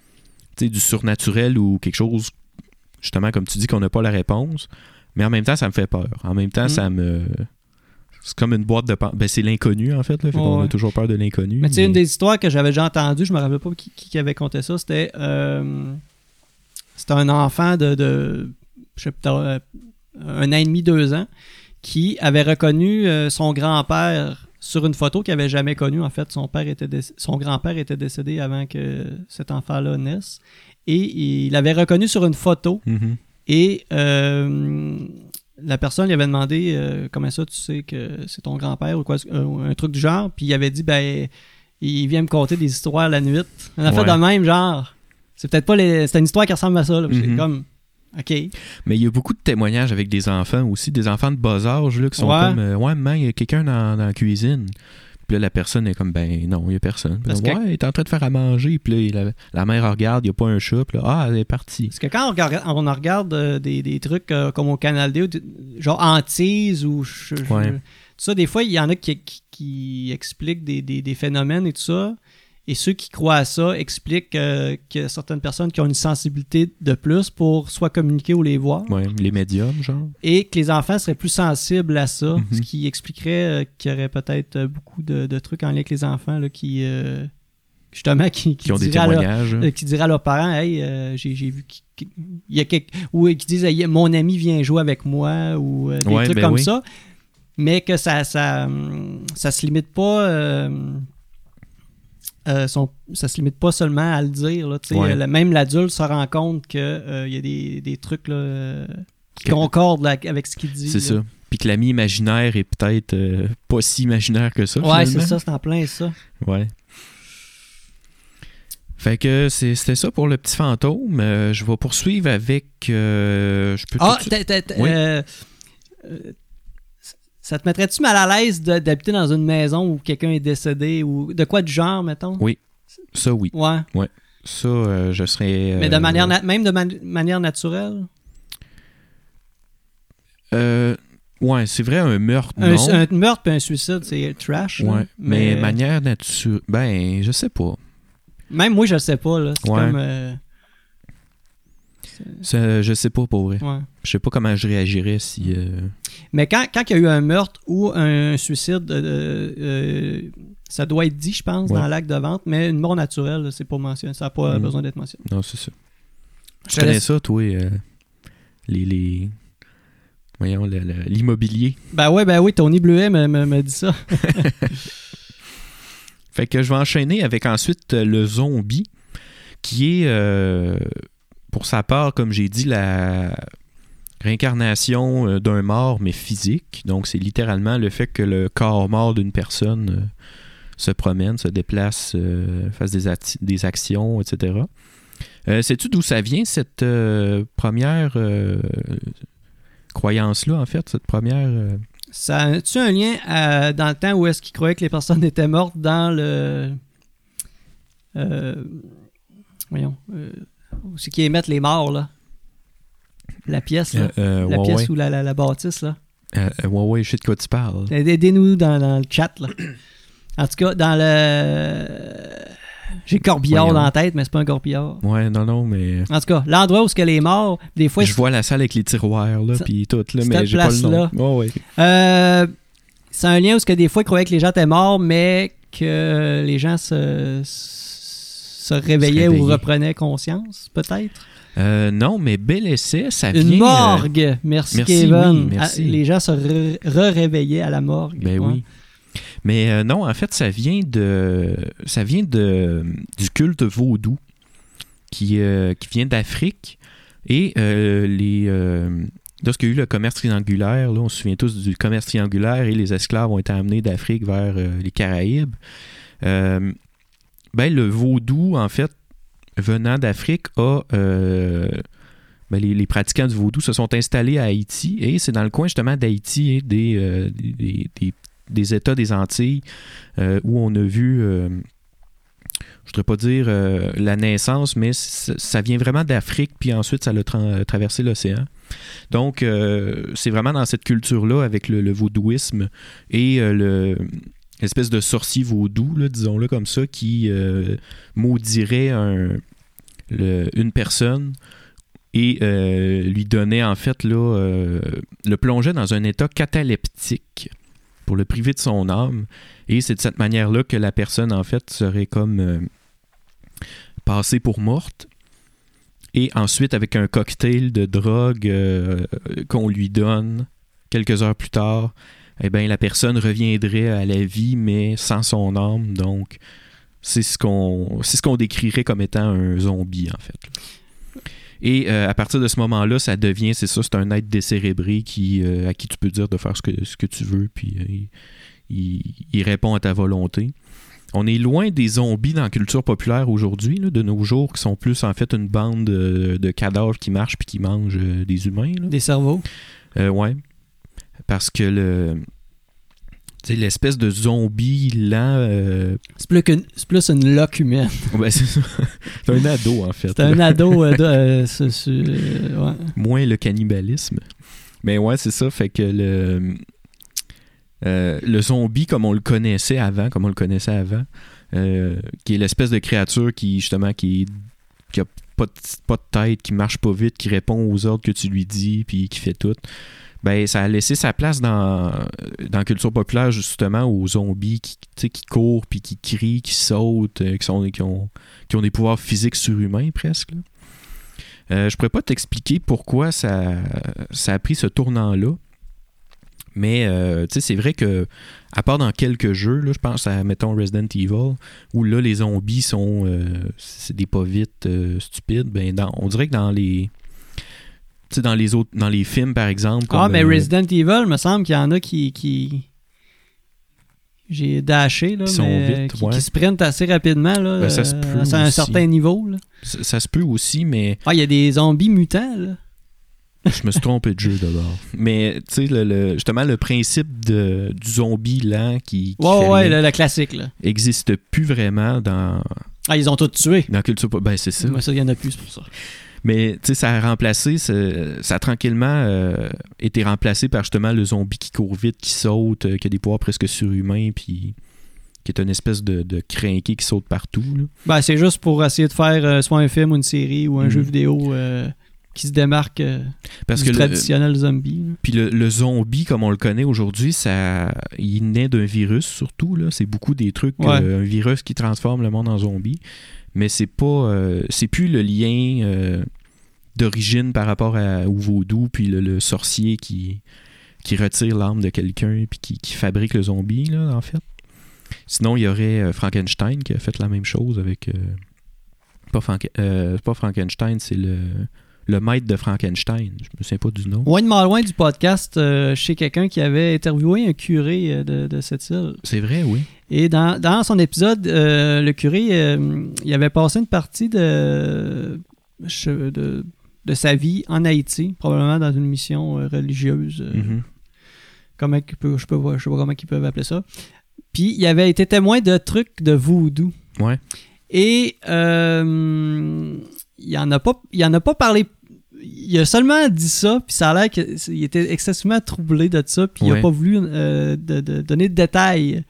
Tu sais, du surnaturel ou quelque chose, justement, comme tu dis, qu'on n'a pas la réponse. Mais en même temps, ça me fait peur. En même temps, mmh. ça me... C'est comme une boîte de... Ben, c'est l'inconnu, en fait. Là. Fait oh, qu'on ouais. a toujours peur de l'inconnu. Mais tu sais, mais... une des histoires que j'avais déjà entendues, je me rappelle pas qui, qui avait conté ça, c'était... Euh, c'était un enfant de... de je sais pas, un an et demi, deux ans, qui avait reconnu euh, son grand-père sur une photo qu'il n'avait jamais connue. En fait, son père était déc... son grand-père était décédé avant que cet enfant-là naisse. Et il l'avait reconnu sur une photo. Mm-hmm. Et euh, la personne lui avait demandé euh, comment ça tu sais que c'est ton grand-père ou quoi, euh, un truc du genre. Puis il avait dit, ben, il vient me conter des histoires la nuit. On a fait de même, genre. C'est peut-être pas les... C'est une histoire qui ressemble à ça. Là, mm-hmm. C'est comme... OK. Mais il y a beaucoup de témoignages avec des enfants aussi, des enfants de bas âge là, qui sont ouais. comme euh, ouais, maman, il y a quelqu'un dans, dans la cuisine. Puis là, la personne est comme ben non, il n'y a personne. Puis là, ouais, que... il est en train de faire à manger. Puis là, la, la mère regarde, il n'y a pas un chat. Puis là, ah, elle est partie. Parce que quand on regarde, on regarde euh, des, des trucs euh, comme au Canal D, genre Antise ou je, je, ouais. tout ça, des fois, il y en a qui, qui, qui expliquent des, des, des phénomènes et tout ça. Et ceux qui croient à ça expliquent euh, qu'il y a certaines personnes qui ont une sensibilité de plus pour soit communiquer ou les voir. Oui, les médiums, genre. Et que les enfants seraient plus sensibles à ça, mm-hmm. ce qui expliquerait euh, qu'il y aurait peut-être beaucoup de, de trucs en lien avec les enfants là, qui, euh, justement, qui, qui, qui ont des À témoignages. leur, euh, qui diraient à leurs parents, hey, euh, j'ai, j'ai vu qu'il y a quelque... Ou qui disent, hey, mon ami vient jouer avec moi, ou euh, des ouais, trucs ben comme oui. ça. Mais que ça, ça, ça se limite pas... Euh, Euh, son, ça se limite pas seulement à le dire. Là, ouais. euh, même l'adulte se rend compte qu'il euh, y a des, des trucs là, euh, qui que... concordent là, avec ce qu'il dit. C'est là. ça. Puis que l'ami imaginaire est peut-être euh, pas si imaginaire que ça. Ouais, c'est ça, c'est en plein ça. Ouais. Fait que c'est, c'était ça pour le petit fantôme. Euh, je vais poursuivre avec... Euh, je peux ah, tout... t'as, t'as, t'as, oui. euh, euh, ça te mettrait-tu mal à l'aise de, d'habiter dans une maison où quelqu'un est décédé ou de quoi du genre, mettons? Oui, ça oui. Ouais. Ouais. Ça, euh, je serais... Euh, Mais de manière, na- même de man- manière naturelle? Euh, ouais, c'est vrai, un meurtre, un, non. Un meurtre puis un suicide, c'est trash. Ouais, là, mais... mais manière naturelle... Ben, je sais pas. Même moi, je le sais pas, là. C'est ouais. comme... Euh... C'est, je sais pas pour vrai. Ouais. Je sais pas comment je réagirais si... Euh... Mais quand, quand il y a eu un meurtre ou un suicide, euh, euh, ça doit être dit, je pense, ouais. dans l'acte de vente, mais une mort naturelle, là, c'est pas mentionné. Ça n'a pas mmh. besoin d'être mentionné. Non, c'est ça. Je tu connais laisse... ça, toi, euh, les, les... Voyons, le, le, l'immobilier. Ben oui, ben oui, Tony Bleuet me, me, me dit ça. Fait que je vais enchaîner avec ensuite le zombie, qui est... Euh, pour sa part, comme j'ai dit, la réincarnation d'un mort, mais physique. Donc, c'est littéralement le fait que le corps mort d'une personne euh, se promène, se déplace, euh, fasse des, ati- des actions, et cetera. Euh, sais-tu d'où ça vient, cette euh, première euh, croyance-là, en fait, cette première... Euh... Ça a-tu un lien à, dans le temps où est-ce qu'ils croyaient que les personnes étaient mortes dans le... Euh, voyons... Euh, c'est qui émettent les morts, là. La pièce, là. Euh, euh, la ouais, pièce ouais. ou la, la, la bâtisse, là. Euh, euh, ouais, ouais, je sais de quoi tu parles. Aidez-nous dans, dans le chat, là. En tout cas, dans le... J'ai corbillard Voyons. dans la tête, mais c'est pas un corbillard. Ouais, non, non, mais... En tout cas, l'endroit où elle est morte, des fois... Je vois la salle avec les tiroirs, là, Ça- puis tout, là, cette mais j'ai pas le nom. place-là. Oh, ouais. Euh, c'est un lien où ce que des fois, ils croyaient que les gens étaient morts, mais que les gens se, se réveillaient Se ou réveillaient. reprenaient conscience, peut-être. Euh, non, mais bel essai, ça Une vient... euh, morgue! Merci, merci, Kevin. oui, merci. Ah, les gens se re- re-réveillaient à la morgue. Ben Ouais. oui. Mais euh, non, en fait, ça vient de ça vient de du culte vaudou qui, euh, qui vient d'Afrique et euh, les euh, lorsqu'il y a eu le commerce triangulaire, là, on se souvient tous du commerce triangulaire et les esclaves ont été amenés d'Afrique vers euh, les Caraïbes. Euh, ben le vaudou, en fait, venant d'Afrique, a euh, ben, les, les pratiquants du vaudou se sont installés à Haïti et c'est dans le coin justement d'Haïti et des, euh, des, des des États des Antilles euh, où on a vu, euh, je voudrais pas dire euh, la naissance, mais c- ça vient vraiment d'Afrique, puis ensuite ça a tra- traversé l'océan. Donc, euh, c'est vraiment dans cette culture-là, avec le, le vaudouisme et euh, le, l'espèce de sorcier vaudou, là, disons-le comme ça, qui euh, maudirait un, le- une personne et euh, lui donnait en fait, là, euh, le plongeait dans un état cataleptique pour le priver de son âme. Et c'est de cette manière-là que la personne, en fait, serait comme euh, passée pour morte. Et ensuite, avec un cocktail de drogue euh, qu'on lui donne quelques heures plus tard, eh bien, la personne reviendrait à la vie, mais sans son âme. Donc, c'est ce qu'on, c'est ce qu'on décrirait comme étant un zombie, en fait. Et euh, à partir de ce moment-là, ça devient, c'est ça, c'est un être décérébré qui, euh, à qui tu peux dire de faire ce que, ce que tu veux, puis euh, il, il, il répond à ta volonté. On est loin des zombies dans la culture populaire aujourd'hui, là, de nos jours, qui sont plus en fait une bande de, de cadavres qui marchent puis qui mangent euh, des humains. Là. Des cerveaux. Euh, ouais. Parce que le... Tu sais, l'espèce de zombie lent... Euh... C'est plus, qu'une- c'est plus une loque humaine. Ben, c'est ça. C'est un ado, en fait. C'est un ado. euh, de- euh, c'est- c'est- euh, ouais. Moins le cannibalisme. Mais ouais, c'est ça. Fait que le... Euh, le zombie, comme on le connaissait avant, comme on le connaissait avant, euh, qui est l'espèce de créature qui, justement, qui, qui a pas de, pas de tête, qui marche pas vite, qui répond aux ordres que tu lui dis, puis qui fait tout, ben ça a laissé sa place dans, dans la culture populaire, justement, aux zombies qui, tu sais, qui courent, puis qui crient, qui sautent, euh, qui, sont, qui, ont, qui ont des pouvoirs physiques surhumains, presque. Là. Euh, je pourrais pas t'expliquer pourquoi ça, ça a pris ce tournant-là. Mais euh, tu sais, c'est vrai que, à part dans quelques jeux, là, je pense à, mettons, Resident Evil, où là, les zombies sont euh, c'est des pas vite euh, stupides, ben dans, on dirait que dans les tu sais, dans les autres, dans les films, par exemple. Comme, Ah, mais euh, Resident Evil, me semble qu'il y en a qui... qui... J'ai dashé, là, Qui sont mais vite, qui, ouais. qui sprintent assez rapidement, là, Ben, ça se euh, peut à un aussi. certain niveau, là. ça, ça se peut aussi, mais Ah, il y a des zombies mutants, là. je me suis trompé de jeu d'abord. Mais tu sais, le, le- justement, le principe de, du zombie lent qui, qui Ouais, fait ouais, rien le, le classique, là. existe plus vraiment dans, Ah, ils ont tous tué. dans la culture. Ben, c'est ça. Moi, ça, il y en a plus, c'est pour ça. Mais tu sais, ça a remplacé, ça, ça a tranquillement euh, été remplacé par justement le zombie qui court vite, qui saute, euh, qui a des pouvoirs presque surhumains, puis qui est une espèce de, de crinqué qui saute partout. Là. Ben, c'est juste pour essayer de faire euh, soit un film ou une série ou un Mhm. jeu vidéo euh, qui se démarque euh, Parce du que le, traditionnel zombie. là. puis le, le zombie, comme on le connaît aujourd'hui, ça, il naît d'un virus surtout. Là. C'est beaucoup des trucs, Ouais. euh, un virus qui transforme le monde en zombie. Mais c'est pas, euh, c'est plus le lien euh, d'origine par rapport à, au vaudou, puis le, le sorcier qui, qui retire l'âme de quelqu'un, puis qui, qui fabrique le zombie, là, en fait. Sinon, il y aurait euh, Frankenstein qui a fait la même chose avec... euh, pas, Frank- euh, pas Frankenstein, c'est le, le maître de Frankenstein. Je me souviens pas du nom. Loin de mal loin du podcast, euh, chez quelqu'un qui avait interviewé un curé euh, de, de cette île. C'est vrai, oui. Et dans, dans son épisode, euh, le curé, euh, il avait passé une partie de, de, de sa vie en Haïti, probablement dans une mission euh, religieuse. euh, Mhm. comment qu'il peut, je peux voir, je sais pas comment ils peuvent appeler ça. Puis il avait été témoin de trucs de voodoo. Ouais. Et euh, il en a pas, il en a pas parlé. Il a seulement dit ça, puis ça a l'air qu'il était excessivement troublé de ça, puis il Ouais. a pas voulu euh, de, de donner de détails.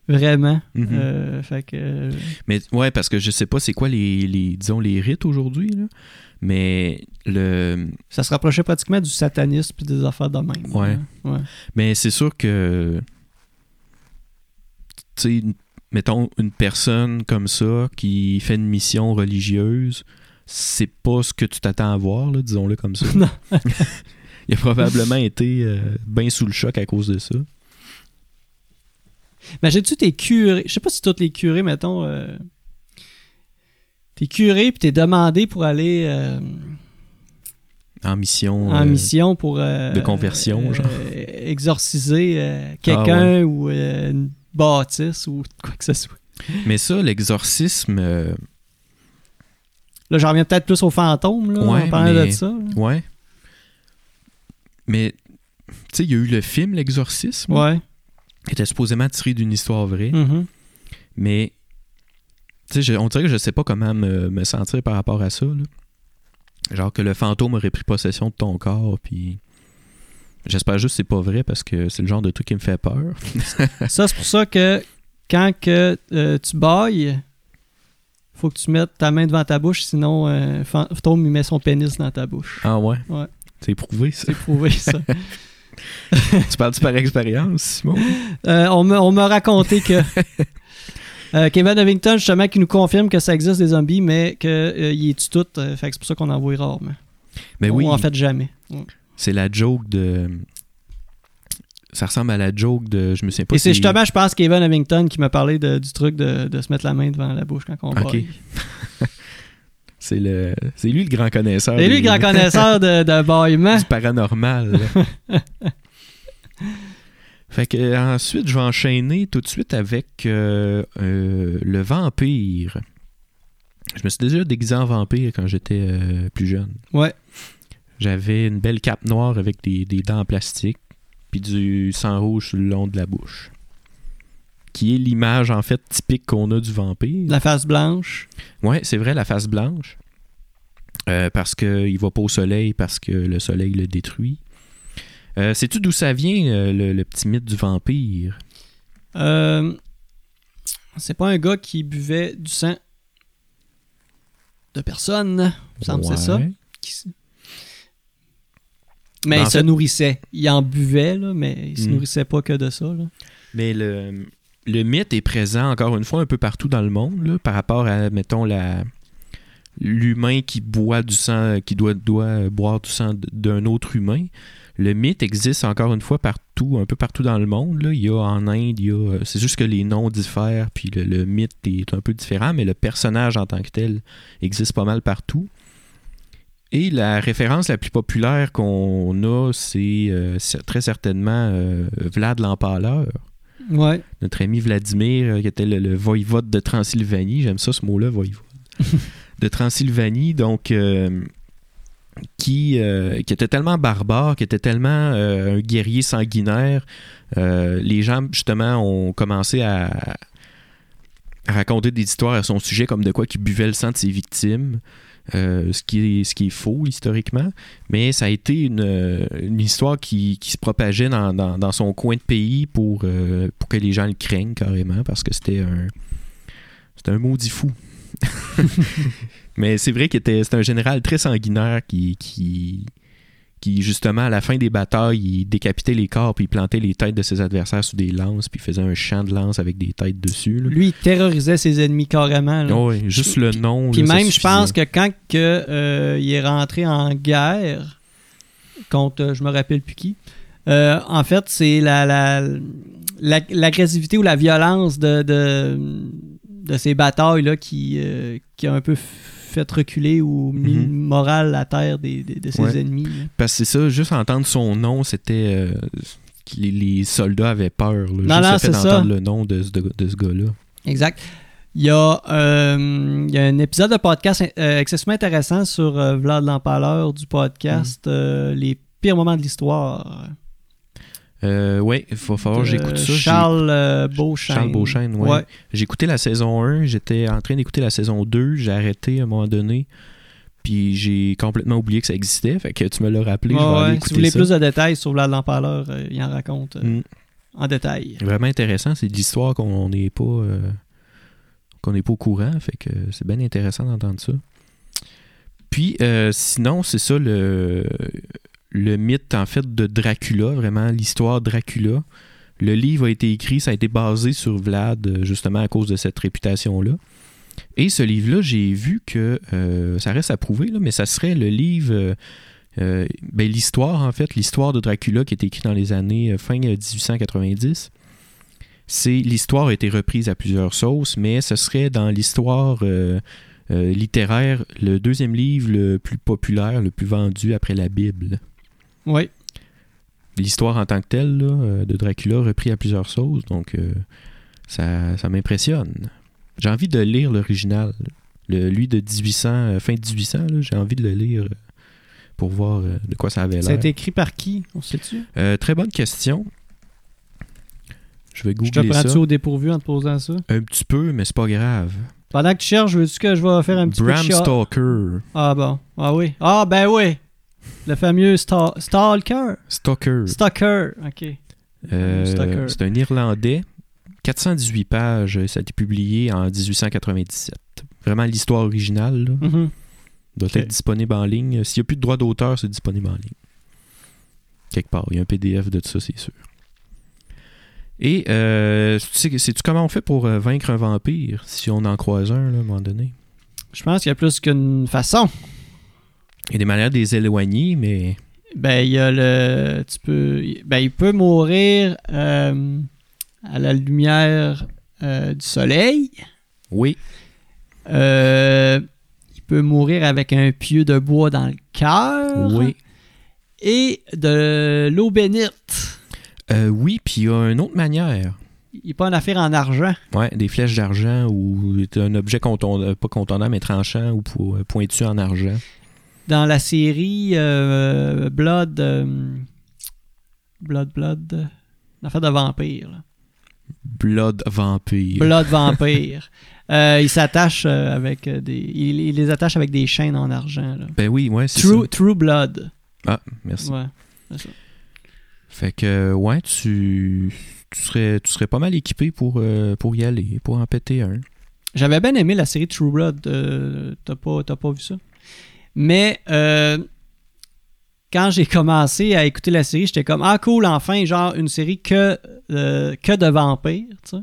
Vraiment. Mm-hmm. Euh, fait que... euh, Mais ouais, parce que je sais pas c'est quoi les, les disons, les rites aujourd'hui, là. Mais le... Ça se rapprochait pratiquement du satanisme puis des affaires de même. Ouais. Là. Ouais. Mais c'est sûr que... Tu sais, mettons, une personne comme ça qui fait une mission religieuse, c'est pas ce que tu t'attends à voir, là, disons-le comme ça. Non. Il a probablement été euh, bien sous le choc à cause de ça. Imagine-tu tes curés. Je sais pas si tous les curés, mettons. Euh, t'es curé puis t'es demandé pour aller euh, En mission. en euh, mission pour. Euh, de conversion, euh, genre. exorciser euh, quelqu'un Ah, ouais. ou euh, une bâtisse ou quoi que ce soit. Mais ça, l'exorcisme, euh, Là, j'en reviens peut-être plus aux fantômes, là, Ouais, en parlant mais- de ça. là. ouais. Mais, tu sais, il y a eu le film L'Exorcisme, Ouais. qui était supposément tiré d'une histoire vraie. Mhm. Mais, tu sais, je- on dirait que je sais pas comment me, me sentir par rapport à ça, là. Genre que le fantôme aurait pris possession de ton corps, puis j'espère juste que c'est pas vrai parce que c'est le genre de truc qui me fait peur. Ça, c'est pour ça que quand que, euh, tu bailles, faut que tu mettes ta main devant ta bouche, sinon euh, fantôme il met son pénis dans ta bouche. Ah ouais? Ouais. C'est prouvé, ça. C'est prouvé, ça. Tu parles-tu par expérience, Simon? Euh, on m'a on m'a raconté que euh, Kevin Havington, justement, qui nous confirme que ça existe des zombies, mais qu'il euh, est tue tout. euh, fait que c'est pour ça qu'on en voit rarement. Mais oui, Ou en fait jamais. Ouais. c'est la joke de... Ça ressemble à la joke de... Je me souviens pas Et c'est si- justement, je pense, Kevin Havington qui m'a parlé de- du truc de, de se mettre la main devant la bouche quand on Ok. baille. C'est le... C'est lui le grand connaisseur. C'est lui le des- grand connaisseur de, de bâillement. du paranormal. Fait que euh, ensuite, je vais enchaîner tout de suite avec euh, euh, le vampire. Je me suis déjà déguisé en vampire quand j'étais euh, plus jeune. Ouais. J'avais une belle cape noire avec des, des dents en plastique puis du sang rouge sur le long de la bouche. Qui est l'image, en fait, typique qu'on a du vampire. La face blanche. Ouais, c'est vrai, la face blanche. Euh, parce qu'il va pas au soleil, parce que le soleil le détruit. Euh, sais-tu d'où ça vient, euh, le, le petit mythe du vampire? Euh, c'est pas un gars qui buvait du sang de personne. Il me semble que c'est ça. Ouais. Qui- Mais Ben, il en se fait- nourrissait. Il en buvait, là, mais il se Mm. nourrissait pas que de ça. Là. Mais le, le mythe est présent, encore une fois, un peu partout dans le monde, là, par rapport à, mettons, la, l'humain qui boit du sang, qui doit, doit boire du sang d'un autre humain. Le mythe existe encore une fois partout, un peu partout dans le monde. Là. Il y a en Inde, il y a, c'est juste que les noms diffèrent, puis le, le mythe est un peu différent, mais le personnage en tant que tel existe pas mal partout. Et la référence la plus populaire qu'on a, c'est euh, c'est très certainement euh, Vlad l'Empaleur. Ouais. Notre ami Vladimir, euh, qui était le, le voïvode de Transylvanie. J'aime ça, ce mot-là, voïvode. De Transylvanie, donc... euh, Qui, euh, qui était tellement barbare, qui était tellement euh, un guerrier sanguinaire. Euh, les gens, justement, ont commencé à, à raconter des histoires à son sujet, comme de quoi qu'il buvait le sang de ses victimes, euh, ce, qui est, ce qui est faux historiquement. Mais ça a été une, une histoire qui, qui se propageait dans, dans, dans son coin de pays pour, euh, pour que les gens le craignent carrément, parce que c'était un, c'était un maudit fou. Mais c'est vrai que c'était un général très sanguinaire qui, qui, qui, justement, à la fin des batailles, il décapitait les corps puis il plantait les têtes de ses adversaires sous des lances puis il faisait un champ de lances avec des têtes dessus. Là. Lui, il terrorisait ses ennemis carrément. Là. Oh, oui, juste le nom. Puis là, ça même, je suffisait. pense que quand que, euh, il est rentré en guerre contre, euh, je me rappelle plus qui, euh, en fait, c'est la, la, la, l'agressivité ou la violence de, de, de ces batailles-là qui, euh, qui a un peu fait reculer ou mis Mhm. le moral à terre des, des- de ses Ouais. ennemis. là. Parce que c'est ça, juste entendre son nom, c'était... euh, les, les soldats avaient peur. Là, juste non, le fait c'est ça. d'entendre le nom de, de, de ce gars-là. Exact. Il y, a, euh, il y a un épisode de podcast euh, excessivement intéressant sur euh, Vlad l'Empaleur du podcast euh, Les pires moments de l'histoire. Euh, oui, il va falloir que de j'écoute ça. J'ai- Charles euh, Beauchesne. Charles Beauchesne, ouais. Ouais. J'ai écouté la saison un, j'étais en train d'écouter la saison deux, j'ai arrêté à un moment donné, puis j'ai complètement oublié que ça existait, fait que tu me l'as rappelé, Ouais, je vais aller ouais. écouter Si vous voulez ça. plus de détails sur Vlad l'Empaleur, euh, il en raconte euh, Mm. en détail. Vraiment intéressant. C'est de l'histoire qu'on n'est pas, euh, qu'on n'est pas au courant. Fait que c'est bien intéressant d'entendre ça. Puis, euh, sinon, c'est ça le, le mythe, en fait, de Dracula, vraiment l'histoire Dracula. Le livre a été écrit, ça a été basé sur Vlad, justement, à cause de cette réputation-là. Et ce livre-là, j'ai vu que, euh, ça reste à prouver, là, mais ça serait le livre, euh, euh, ben, l'histoire, en fait, l'histoire de Dracula qui a été écrite dans les années euh, fin dix-huit cent quatre-vingt-dix. C'est, l'histoire a été reprise à plusieurs sauces, mais ce serait dans l'histoire... Euh, Euh, littéraire, le deuxième livre le plus populaire, le plus vendu après la Bible. Oui. L'histoire en tant que telle là, de Dracula repris à plusieurs sauces, donc euh, ça, ça m'impressionne. J'ai envie de lire l'original. Le, lui de dix-huit cents, fin dix-huit cents, là, j'ai envie de le lire pour voir euh, de quoi ça avait l'air. Ça a été écrit par qui, on sait-tu? Euh, très bonne question. Je vais googler ça. Je te prends-tu au dépourvu en te posant ça? Un petit peu, mais c'est pas grave. Pendant que tu cherches, veux-tu que je vais faire un petit Bram peu de chat? Stoker. Ah bon. Ah oui. Ah ben oui. Le fameux Sta- Stalker. Stoker. Stalker. OK. Euh, Stoker. C'est un Irlandais. quatre cent dix-huit pages. Ça a été publié en dix-huit cent quatre-vingt-dix-sept. Vraiment l'histoire originale. Là, Mm-hmm. doit Okay. être disponible en ligne. S'il n'y a plus de droit d'auteur, c'est disponible en ligne. Quelque part. Il y a un P D F de ça, c'est sûr. Et euh, sais, sais-tu comment on fait pour euh, vaincre un vampire si on en croise un là, à un moment donné? Je pense qu'il y a plus qu'une façon. Il y a des manières de les éloigner, mais... Ben, il y a le... Tu peux... Ben, il peut mourir euh, à la lumière euh, du soleil. Oui. Euh, il peut mourir avec un pieu de bois dans le cœur. Oui. Et de l'eau bénite. Euh, oui, puis il y a une autre manière. Il n'y a pas une affaire en argent. Ouais, des flèches d'argent ou un objet contondant, pas contondant, mais tranchant ou po- pointu en argent. Dans la série euh, Blood... euh, Blood, Blood... Une affaire de vampire. Là. Blood Vampire. Blood Vampire. euh, il s'attache euh, avec des... Il, il les attache avec des chaînes en argent. Là. Ben oui, ouais, c'est True, ça. True Blood. Ah, merci. Ouais, c'est ça. Fait que, ouais, tu, tu, serais, tu serais pas mal équipé pour, euh, pour y aller, pour en péter un. J'avais bien aimé la série True Blood. Euh, t'as, pas, t'as pas vu ça? Mais euh, quand j'ai commencé à écouter la série, j'étais comme « Ah, cool, enfin, genre une série que, euh, que de vampires. » tu sais.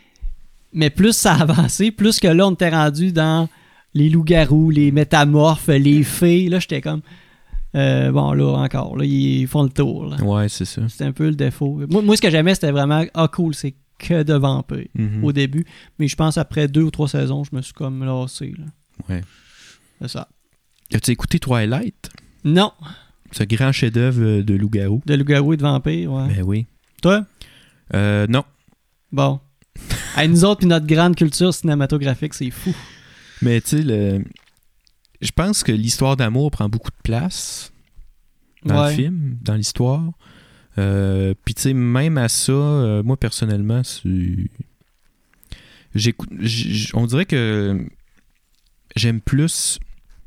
Mais plus ça a avancé, plus que là, on était rendu dans les loups-garous, les métamorphes, les fées. Là, j'étais comme... Euh, bon, là, encore, là, ils font le tour. Là. Ouais, c'est ça. C'était un peu le défaut. Moi, moi ce que j'aimais, c'était vraiment « Ah, cool, c'est que de vampires. Mm-hmm. » au début. Mais je pense après deux ou trois saisons, je me suis comme lassé. Là. Ouais. C'est ça. As-tu écouté Twilight? Non. Ce grand chef-d'œuvre de loup-garou. De loup-garou et de vampire, ouais. Ben oui. Toi? Euh, non. Bon. Hey, nous autres, puis notre grande culture cinématographique, c'est fou. Mais tu sais, le... je pense que l'histoire d'amour prend beaucoup de place dans Ouais. le film, dans l'histoire. Euh, Puis tu sais, même à ça, euh, moi personnellement, c'est... J'écoute... j'- On dirait que j'aime plus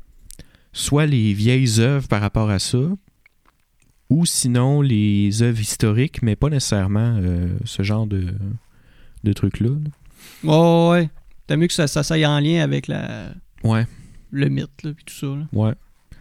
soit les vieilles œuvres par rapport à ça, ou sinon les œuvres historiques, mais pas nécessairement euh, ce genre de, de trucs-là. là. Ouais, ouais. T'as mieux que ça, ça, ça aille en lien avec la, Ouais, le mythe, là, puis tout ça. Là. ouais.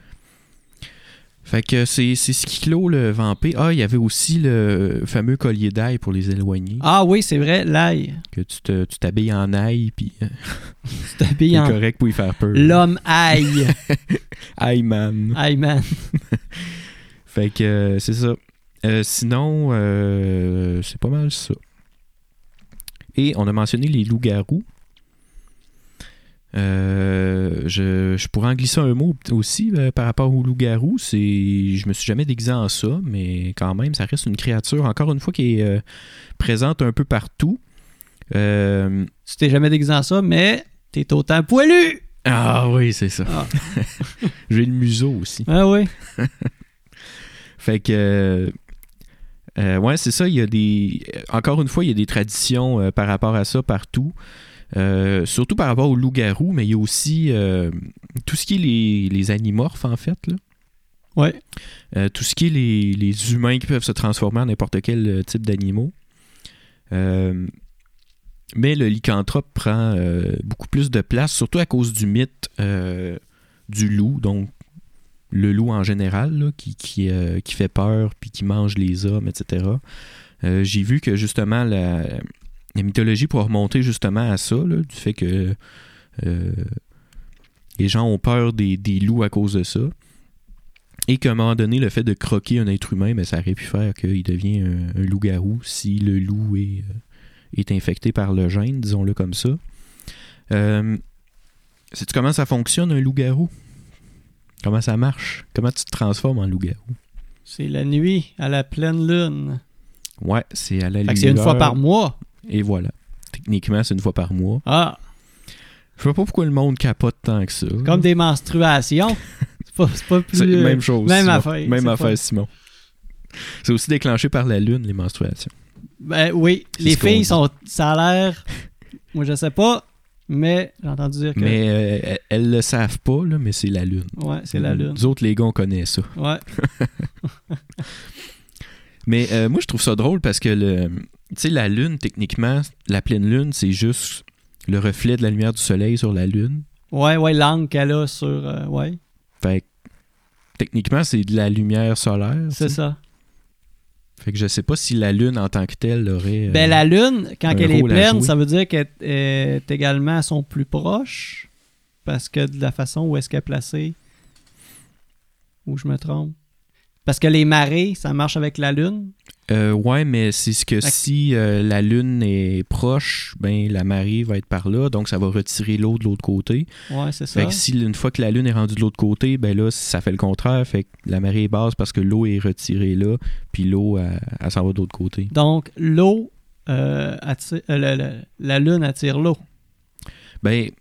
Fait que c'est, c'est ce qui clôt le vampire. Ah, il y avait aussi le fameux collier d'ail pour les éloigner. Ah oui, c'est vrai, l'ail. Que tu, te, tu t'habilles en ail, puis euh, Tu t'habilles c'est en... correct pour y faire peur. L'homme ail. Aïe, man. Aïe, man. Fait que euh, c'est ça. Euh, sinon, euh, c'est pas mal ça. Et on a mentionné les loups-garous. Euh, je, je pourrais en glisser un mot aussi euh, par rapport aux loups-garous. C'est, je me suis jamais déguisé en ça, mais quand même, ça reste une créature, encore une fois, qui est euh, présente un peu partout. Euh, Tu t'es jamais déguisé en ça, mais t'es autant poilu. Ah oui, c'est ça. Ah, J'ai le museau aussi. ah oui. Fait que... Euh, euh, ouais, c'est ça. Il y a des... Encore une fois, il y a des traditions euh, par rapport à ça partout. Euh, surtout par rapport aux loups-garous, mais il y a aussi euh, tout ce qui est les, les animorphes, en fait. Là. Ouais. Euh, tout ce qui est les, les humains qui peuvent se transformer en n'importe quel type d'animaux. Euh, mais le lycanthrope prend euh, beaucoup plus de place, surtout à cause du mythe euh, du loup, donc le loup en général, là, qui, qui, euh, qui fait peur puis qui mange les hommes, et cetera. Euh, j'ai vu que justement la, la mythologie pourrait remonter justement à ça, là, du fait que euh, les gens ont peur des, des loups à cause de ça. Et qu'à un moment donné, le fait de croquer un être humain, ben, ça aurait pu faire qu'il devient un, un loup-garou si le loup est, euh, est infecté par le gène, disons-le comme ça. Euh, sais-tu comment ça fonctionne, un loup-garou? Comment ça marche? Comment tu te transformes en loup-garou? C'est la nuit, à la pleine lune. Ouais, c'est à la lumière. C'est une fois par mois. Et voilà. Techniquement, c'est une fois par mois. Ah! Je sais pas pourquoi le monde capote tant que ça. Comme des menstruations. C'est pas, c'est pas plus... C'est même chose. Même Simon. affaire. Même c'est affaire, pas... Simon. C'est aussi déclenché par la lune, les menstruations. Ben oui, C'est les ce qu'on filles dit. sont... Ça a l'air... Moi, je sais pas, mais j'ai entendu dire que... Mais euh, elles le savent pas, là, mais c'est la lune. Ouais, c'est la lune. Nous autres, les gars, on connaît ça. Ouais. Mais euh, moi, je trouve ça drôle parce que le, tu sais, la lune, techniquement, la pleine lune, c'est juste le reflet de la lumière du soleil sur la lune. Ouais, ouais, l'angle qu'elle a sur... euh, ouais, Fait que, techniquement, c'est de la lumière solaire. c'est tu sais. ça. Fait que je sais pas si la lune, en tant que telle, aurait... euh, Ben la lune, quand un elle est rôle à pleine, jouer. ça veut dire qu'elle est également à son plus proche. Parce que de la façon où est-ce qu'elle est placée... Ou je me trompe? Parce que les marées, ça marche avec la lune. euh, ouais, mais c'est ce que Fait que- si euh, la lune est proche, ben la marée va être par là, donc ça va retirer l'eau de l'autre côté. Ouais, c'est ça. Fait que si une fois que la lune est rendue de l'autre côté, ben là, ça fait le contraire. Fait que la marée est basse parce que l'eau est retirée là, puis l'eau, elle, elle s'en va de l'autre côté. Donc, l'eau, euh, attire- euh, le- le- la lune attire l'eau. Ben,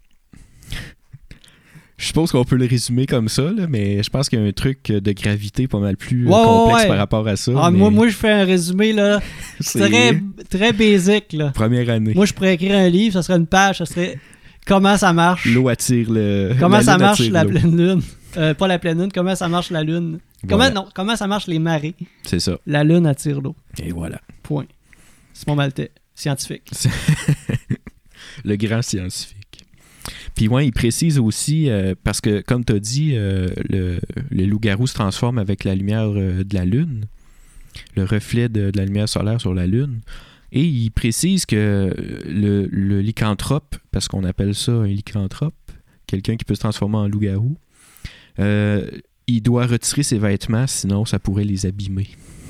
je suppose qu'on peut le résumer comme ça, là, mais je pense qu'il y a un truc de gravité pas mal plus euh, Ouais, ouais, complexe ouais. par rapport à ça. Ah, mais moi, moi, je fais un résumé là, c'est très, très basic. Là. première année. Moi, je pourrais écrire un livre, ça serait une page, ça serait comment ça marche. L'eau attire le. Comment la ça lune marche attire la l'eau. pleine lune. Euh, pas la pleine lune, comment ça marche la lune. Comment, Voilà. non, comment ça marche les marées. C'est ça. La lune attire l'eau. Et voilà. Point. C'est mon maltais. Scientifique. Le grand scientifique. Puis ouais, il précise aussi, euh, parce que comme tu as dit, euh, le, le loup-garou se transforme avec la lumière euh, de la Lune, le reflet de, de la lumière solaire sur la Lune. Et il précise que le, le lycanthrope, parce qu'on appelle ça un lycanthrope, quelqu'un qui peut se transformer en loup-garou, euh, il doit retirer ses vêtements, sinon ça pourrait les abîmer.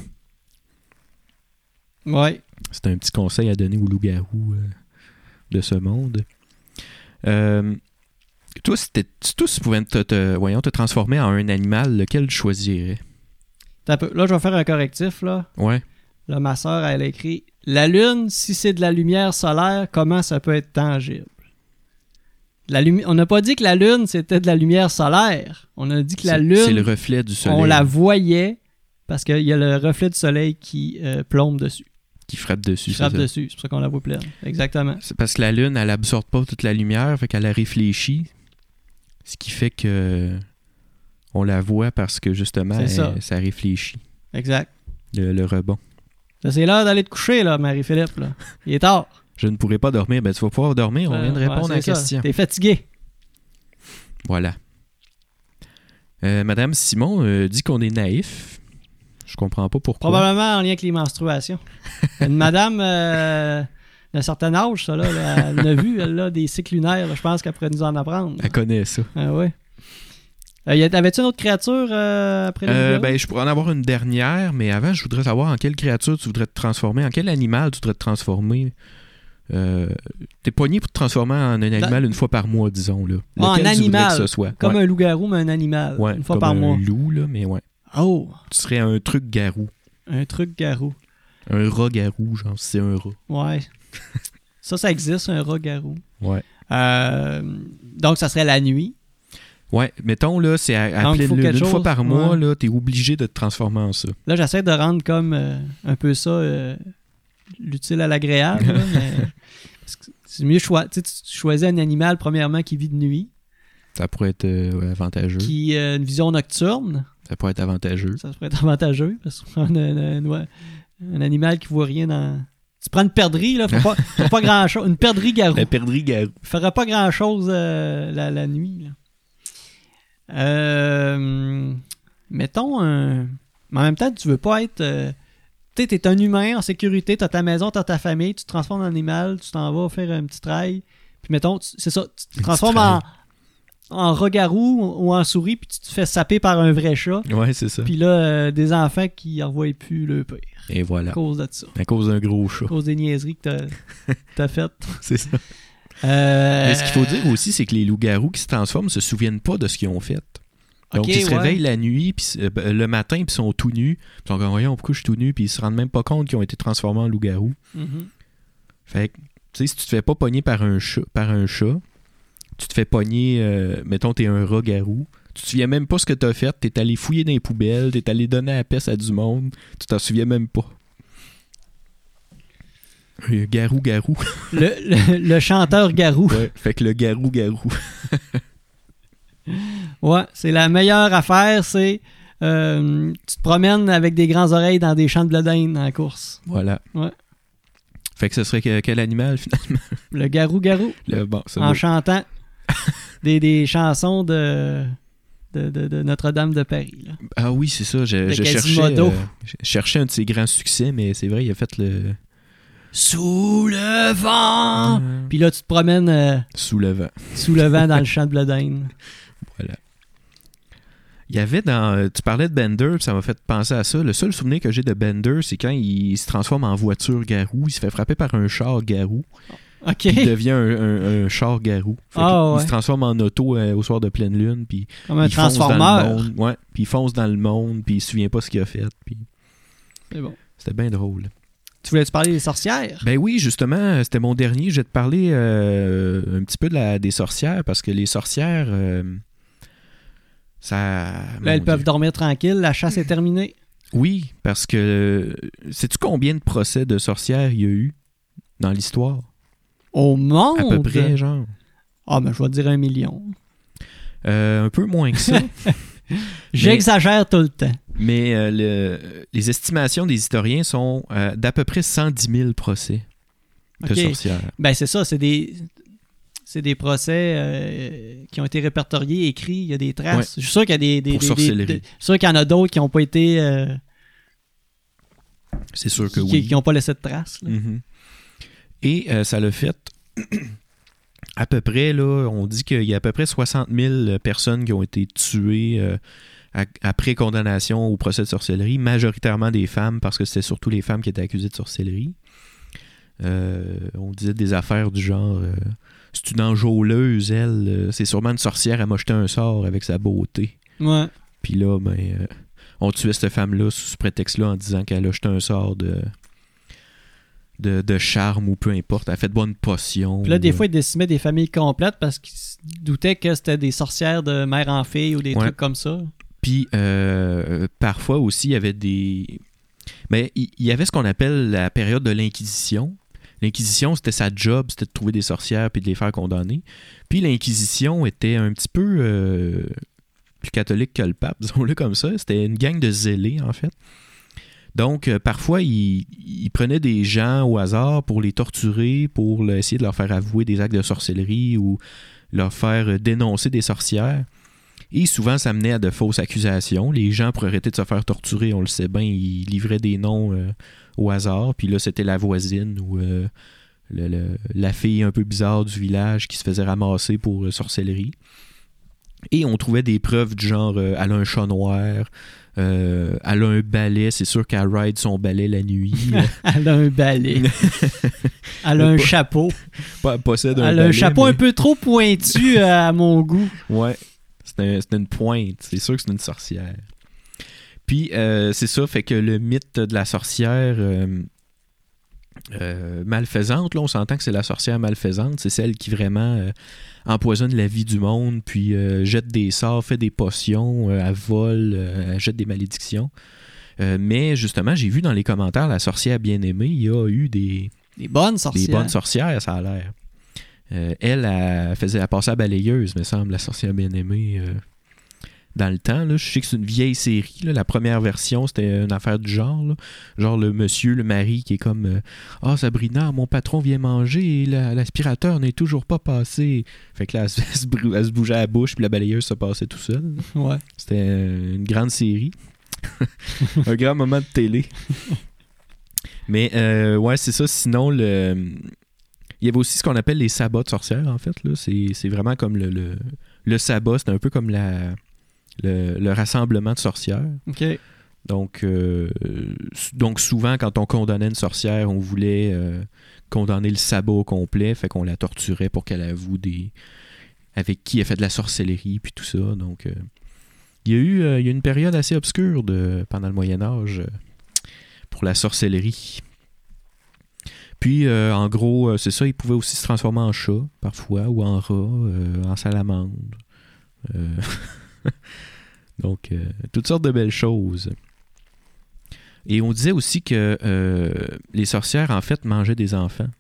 Ouais. C'est un petit conseil à donner aux loups-garous euh, de ce monde. Euh, toi, si, t'es- si toi, si tu pouvais te, te- voyons, te transformer en un animal, lequel tu choisirais? T'as peu- Là, je vais faire un correctif. Là, Ouais. là ma soeur, elle a écrit la lune, si c'est de la lumière solaire, comment ça peut être tangible? La lumi- On n'a pas dit que la lune, c'était de la lumière solaire. On a dit que la C'est- lune, c'est le reflet du soleil on la voyait parce qu'il y a le reflet du soleil qui euh, plombe dessus. qui frappe dessus. Qui c'est frappe ça. dessus. C'est pour ça qu'on la voit pleine. Exactement. C'est parce que la Lune, elle absorbe pas toute la lumière, fait qu'elle la réfléchit. Ce qui fait que on la voit parce que justement, C'est ça. elle- ça réfléchit. Exact. Le, le rebond. Là, c'est l'heure d'aller te coucher, là, Marie-Philippe. Là. Il est tard. Je ne pourrais pas dormir. Ben, tu vas pouvoir dormir. On vient de Ouais, répondre c'est à la ça. question. T'es fatigué. Voilà. Euh, Madame Simon euh, dit qu'on est naïf. Je comprends pas pourquoi. Probablement en lien avec les menstruations. Une madame euh, d'un certain âge, ça, là, là, elle l'a vu, elle a des cycles lunaires. Là, je pense qu'elle pourrait nous en apprendre. Elle connaît ça. Ah ouais. Euh, y a- Avais-tu une autre créature euh, après le Euh, loup-garou? ben, je pourrais en avoir une dernière, mais avant, je voudrais savoir en quelle créature tu voudrais te transformer, en quel animal tu voudrais te transformer. Euh, T'es pogné pour te transformer en un animal une fois par mois, disons. Là. Ah, en Lequel tu voudrais animal. que ce soit? Comme Ouais. un loup-garou, mais un animal. Ouais, une fois comme par un mois. loup, là, mais ouais. Oh! Tu serais un truc garou. Un truc garou. Un rat garou, genre, c'est un rat. Ouais. Ça, ça existe, un rat-garou. Ouais. Euh, donc, ça serait la nuit. Ouais, mettons, là, c'est à, à Donc, pleine faut lune. quelque Une fois chose, par mois, ouais. là, t'es obligé de te transformer en ça. Là, j'essaie de rendre comme euh, un peu ça euh, l'utile à l'agréable. là, mais parce que c'est mieux choi- tu sais, tu choisis un animal, premièrement, qui vit de nuit, Ça pourrait être euh, ouais, avantageux. qui a une vision nocturne. Ça pourrait être avantageux. Ça pourrait être avantageux, parce que un, un- un- ouais, un animal qui voit rien dans, tu prends une perdrix, là, faut pas, faut pas grand-chose. Une perdrix garou. La perdrix garou. Il ferait pas grand-chose euh, la, la nuit. Là. Euh, mettons un... Mais en même temps, tu veux pas être... Euh... Tu sais, t'es un humain en sécurité, t'as ta maison, t'as ta famille, tu te transformes en animal, tu t'en vas faire un petit trail. Puis mettons, tu... c'est ça, tu te transformes en... en rat-garou ou en souris, puis tu te fais saper par un vrai chat. Ouais, c'est ça. Puis là, euh, des enfants qui en voient plus le pire. Et voilà. À cause de ça. À cause d'un gros chat. À cause des niaiseries que t'as, t'as faites. C'est ça. Euh... Mais ce qu'il faut dire aussi, c'est que les loups-garous qui se transforment ne se souviennent pas de ce qu'ils ont fait. Donc, okay, ils se ouais. réveillent la nuit, puis euh, le matin, puis ils sont tout nus. Puis ils sont comme, voyons, pourquoi je suis tout nu? Puis ils se rendent même pas compte qu'ils ont été transformés en loups-garous. Mm-hmm. Fait que, tu sais, si tu te fais pas pogner par un chat, par un chat tu te fais pogner, euh, mettons, t'es un rat-garou, tu te souviens même pas ce que t'as fait, t'es allé fouiller dans les poubelles, t'es allé donner la peste à du monde, tu t'en souviens même pas. Un garou-garou. Le, le, le chanteur garou. Ouais, fait que le garou-garou. Ouais, c'est la meilleure affaire, c'est euh, tu te promènes avec des grandes oreilles dans des champs de blé d'Inde en course. Voilà. Ouais. Fait que ce serait que, quel animal, finalement? Le garou-garou. Le, bon, ça en va. chantant des, des chansons de, de, de, de Notre-Dame de Paris. Là. Ah oui, c'est ça. Je, De je cherchais, Quasimodo. euh, je cherchais un de ses grands succès, mais c'est vrai, il a fait le... Sous le vent! Ah. Puis là, tu te promènes euh, Sous le vent. sous le vent dans le champ de blé d'Inde. Voilà. Il y avait dans... Tu parlais de Bender, puis ça m'a fait penser à ça. Le seul souvenir que j'ai de Bender, c'est quand il se transforme en voiture garou. Il se fait frapper par un char garou. OK. Puis il devient un, un, un char garou. Fait Ah, qu'il- ouais. Il se transforme en auto euh, au soir de pleine lune. Puis Comme un il fonce dans le transformeur. monde. Ouais. Puis il fonce dans le monde, puis il se souvient pas ce qu'il a fait. Puis C'est bon. c'était bien drôle. Tu voulais te parler des sorcières? Ben oui, justement, c'était mon dernier. Je vais te parler euh, un petit peu de la, des sorcières, parce que les sorcières, euh, ça... Là, mon elles Dieu. peuvent dormir tranquilles. La chasse est terminée. Oui, parce que... Sais-tu combien de procès de sorcières il y a eu dans l'histoire? Au monde? À peu près, genre. Ah, ben, je vais te dire un million. Euh, un peu moins que ça. J'exagère tout le temps. Mais euh, le- les estimations des historiens sont euh, d'à peu près cent dix mille procès de Ok. sorcières. Ben, c'est ça. C'est des... C'est des procès euh, qui ont été répertoriés, écrits. Il y a des traces. Ouais. Je suis sûr qu'il y a des... des Pour des- sorcellerie. des- Je suis sûr qu'il y en a d'autres qui n'ont pas été... euh, C'est sûr que qui oui. n'ont pas laissé de traces. là. Mhm. Et euh, ça l'a fait à peu près, là, on dit qu'il y a à peu près soixante mille personnes qui ont été tuées euh, à- après condamnation au procès de sorcellerie, majoritairement des femmes, parce que c'était surtout les femmes qui étaient accusées de sorcellerie. Euh, on disait des affaires du genre euh, c'est une enjôleuse, elle, euh, c'est sûrement une sorcière, elle m'a jeté un sort avec sa beauté. Ouais. Puis là, ben, euh, on tuait cette femme-là sous ce prétexte-là en disant qu'elle a jeté un sort de, de, de charme ou peu importe. Elle a fait de bonne potion. Puis là, des ou, fois, ils décimaient des familles complètes parce qu'ils se doutaient que c'était des sorcières de mère en fille ou des Ouais. trucs comme ça. Puis euh, parfois aussi, il y avait des... Mais il il y avait ce qu'on appelle la période de l'Inquisition. L'Inquisition, c'était sa job, c'était de trouver des sorcières puis de les faire condamner. Puis l'Inquisition était un petit peu euh, plus catholique que le pape, disons-le comme ça. C'était une gang de zélés, en fait. Donc, euh, parfois, ils, ils prenaient des gens au hasard pour les torturer, pour le- essayer de leur faire avouer des actes de sorcellerie ou leur faire euh, dénoncer des sorcières. Et souvent, ça menait à de fausses accusations. Les gens, pour arrêter de se faire torturer, on le sait bien, ils livraient des noms euh, au hasard. Puis là, c'était la voisine ou euh, le- le- la fille un peu bizarre du village qui se faisait ramasser pour euh, sorcellerie. Et on trouvait des preuves du genre, euh, elle a un chat noir, euh, elle a un balai, c'est sûr qu'elle ride son balai la nuit. Elle a un balai. Elle a un Pas- chapeau. Pas- possède un Elle a balai, un chapeau mais- un peu trop pointu euh, à mon goût. Ouais, c'est un- c'est une pointe. C'est sûr que c'est une sorcière. Puis, euh, c'est ça, fait que le mythe de la sorcière euh, euh, malfaisante, là, on s'entend que c'est la sorcière malfaisante. C'est celle qui vraiment euh, empoisonne la vie du monde, puis euh, jette des sorts, fait des potions, euh, elle vole, euh, elle jette des malédictions. Euh, mais justement, j'ai vu dans les commentaires la sorcière bien-aimée, il y a eu des, Des bonnes sorcières. des bonnes sorcières, ça a l'air. Euh, elle, elle faisait elle passait à balayeuse, me semble, la sorcière bien-aimée. euh, dans le temps. Là. Je sais que c'est une vieille série. Là. La première version, c'était une affaire du genre. Là. Genre le monsieur, le mari qui est comme euh, « Ah, Sabrina, mon patron vient manger et la, l'aspirateur n'est toujours pas passé. » Fait que là, elle, se- elle, se brou- elle se bougeait la bouche puis la balayeuse se passait tout seul. Ouais. C'était euh, une grande série. Un grand moment de télé. Mais euh, ouais, c'est ça. Sinon, le... il y avait aussi ce qu'on appelle les sabbats de sorcières, en fait. Là. C'est, c'est vraiment comme le, le, le sabbat. C'est un peu comme la, le, le rassemblement de sorcières. OK. Donc, euh, donc souvent, quand on condamnait une sorcière, on voulait euh, condamner le sabbat au complet. Fait qu'on la torturait pour qu'elle avoue des... avec qui elle fait de la sorcellerie, puis tout ça. Donc... Euh, Il y a eu euh, il y a une période assez obscure de, pendant le Moyen-Âge euh, pour la sorcellerie. Puis, euh, en gros, euh, c'est ça, ils pouvaient aussi se transformer en chat, parfois, ou en rat, euh, en salamandre. Euh, Donc, euh, toutes sortes de belles choses. Et on disait aussi que euh, les sorcières, en fait, mangeaient des enfants.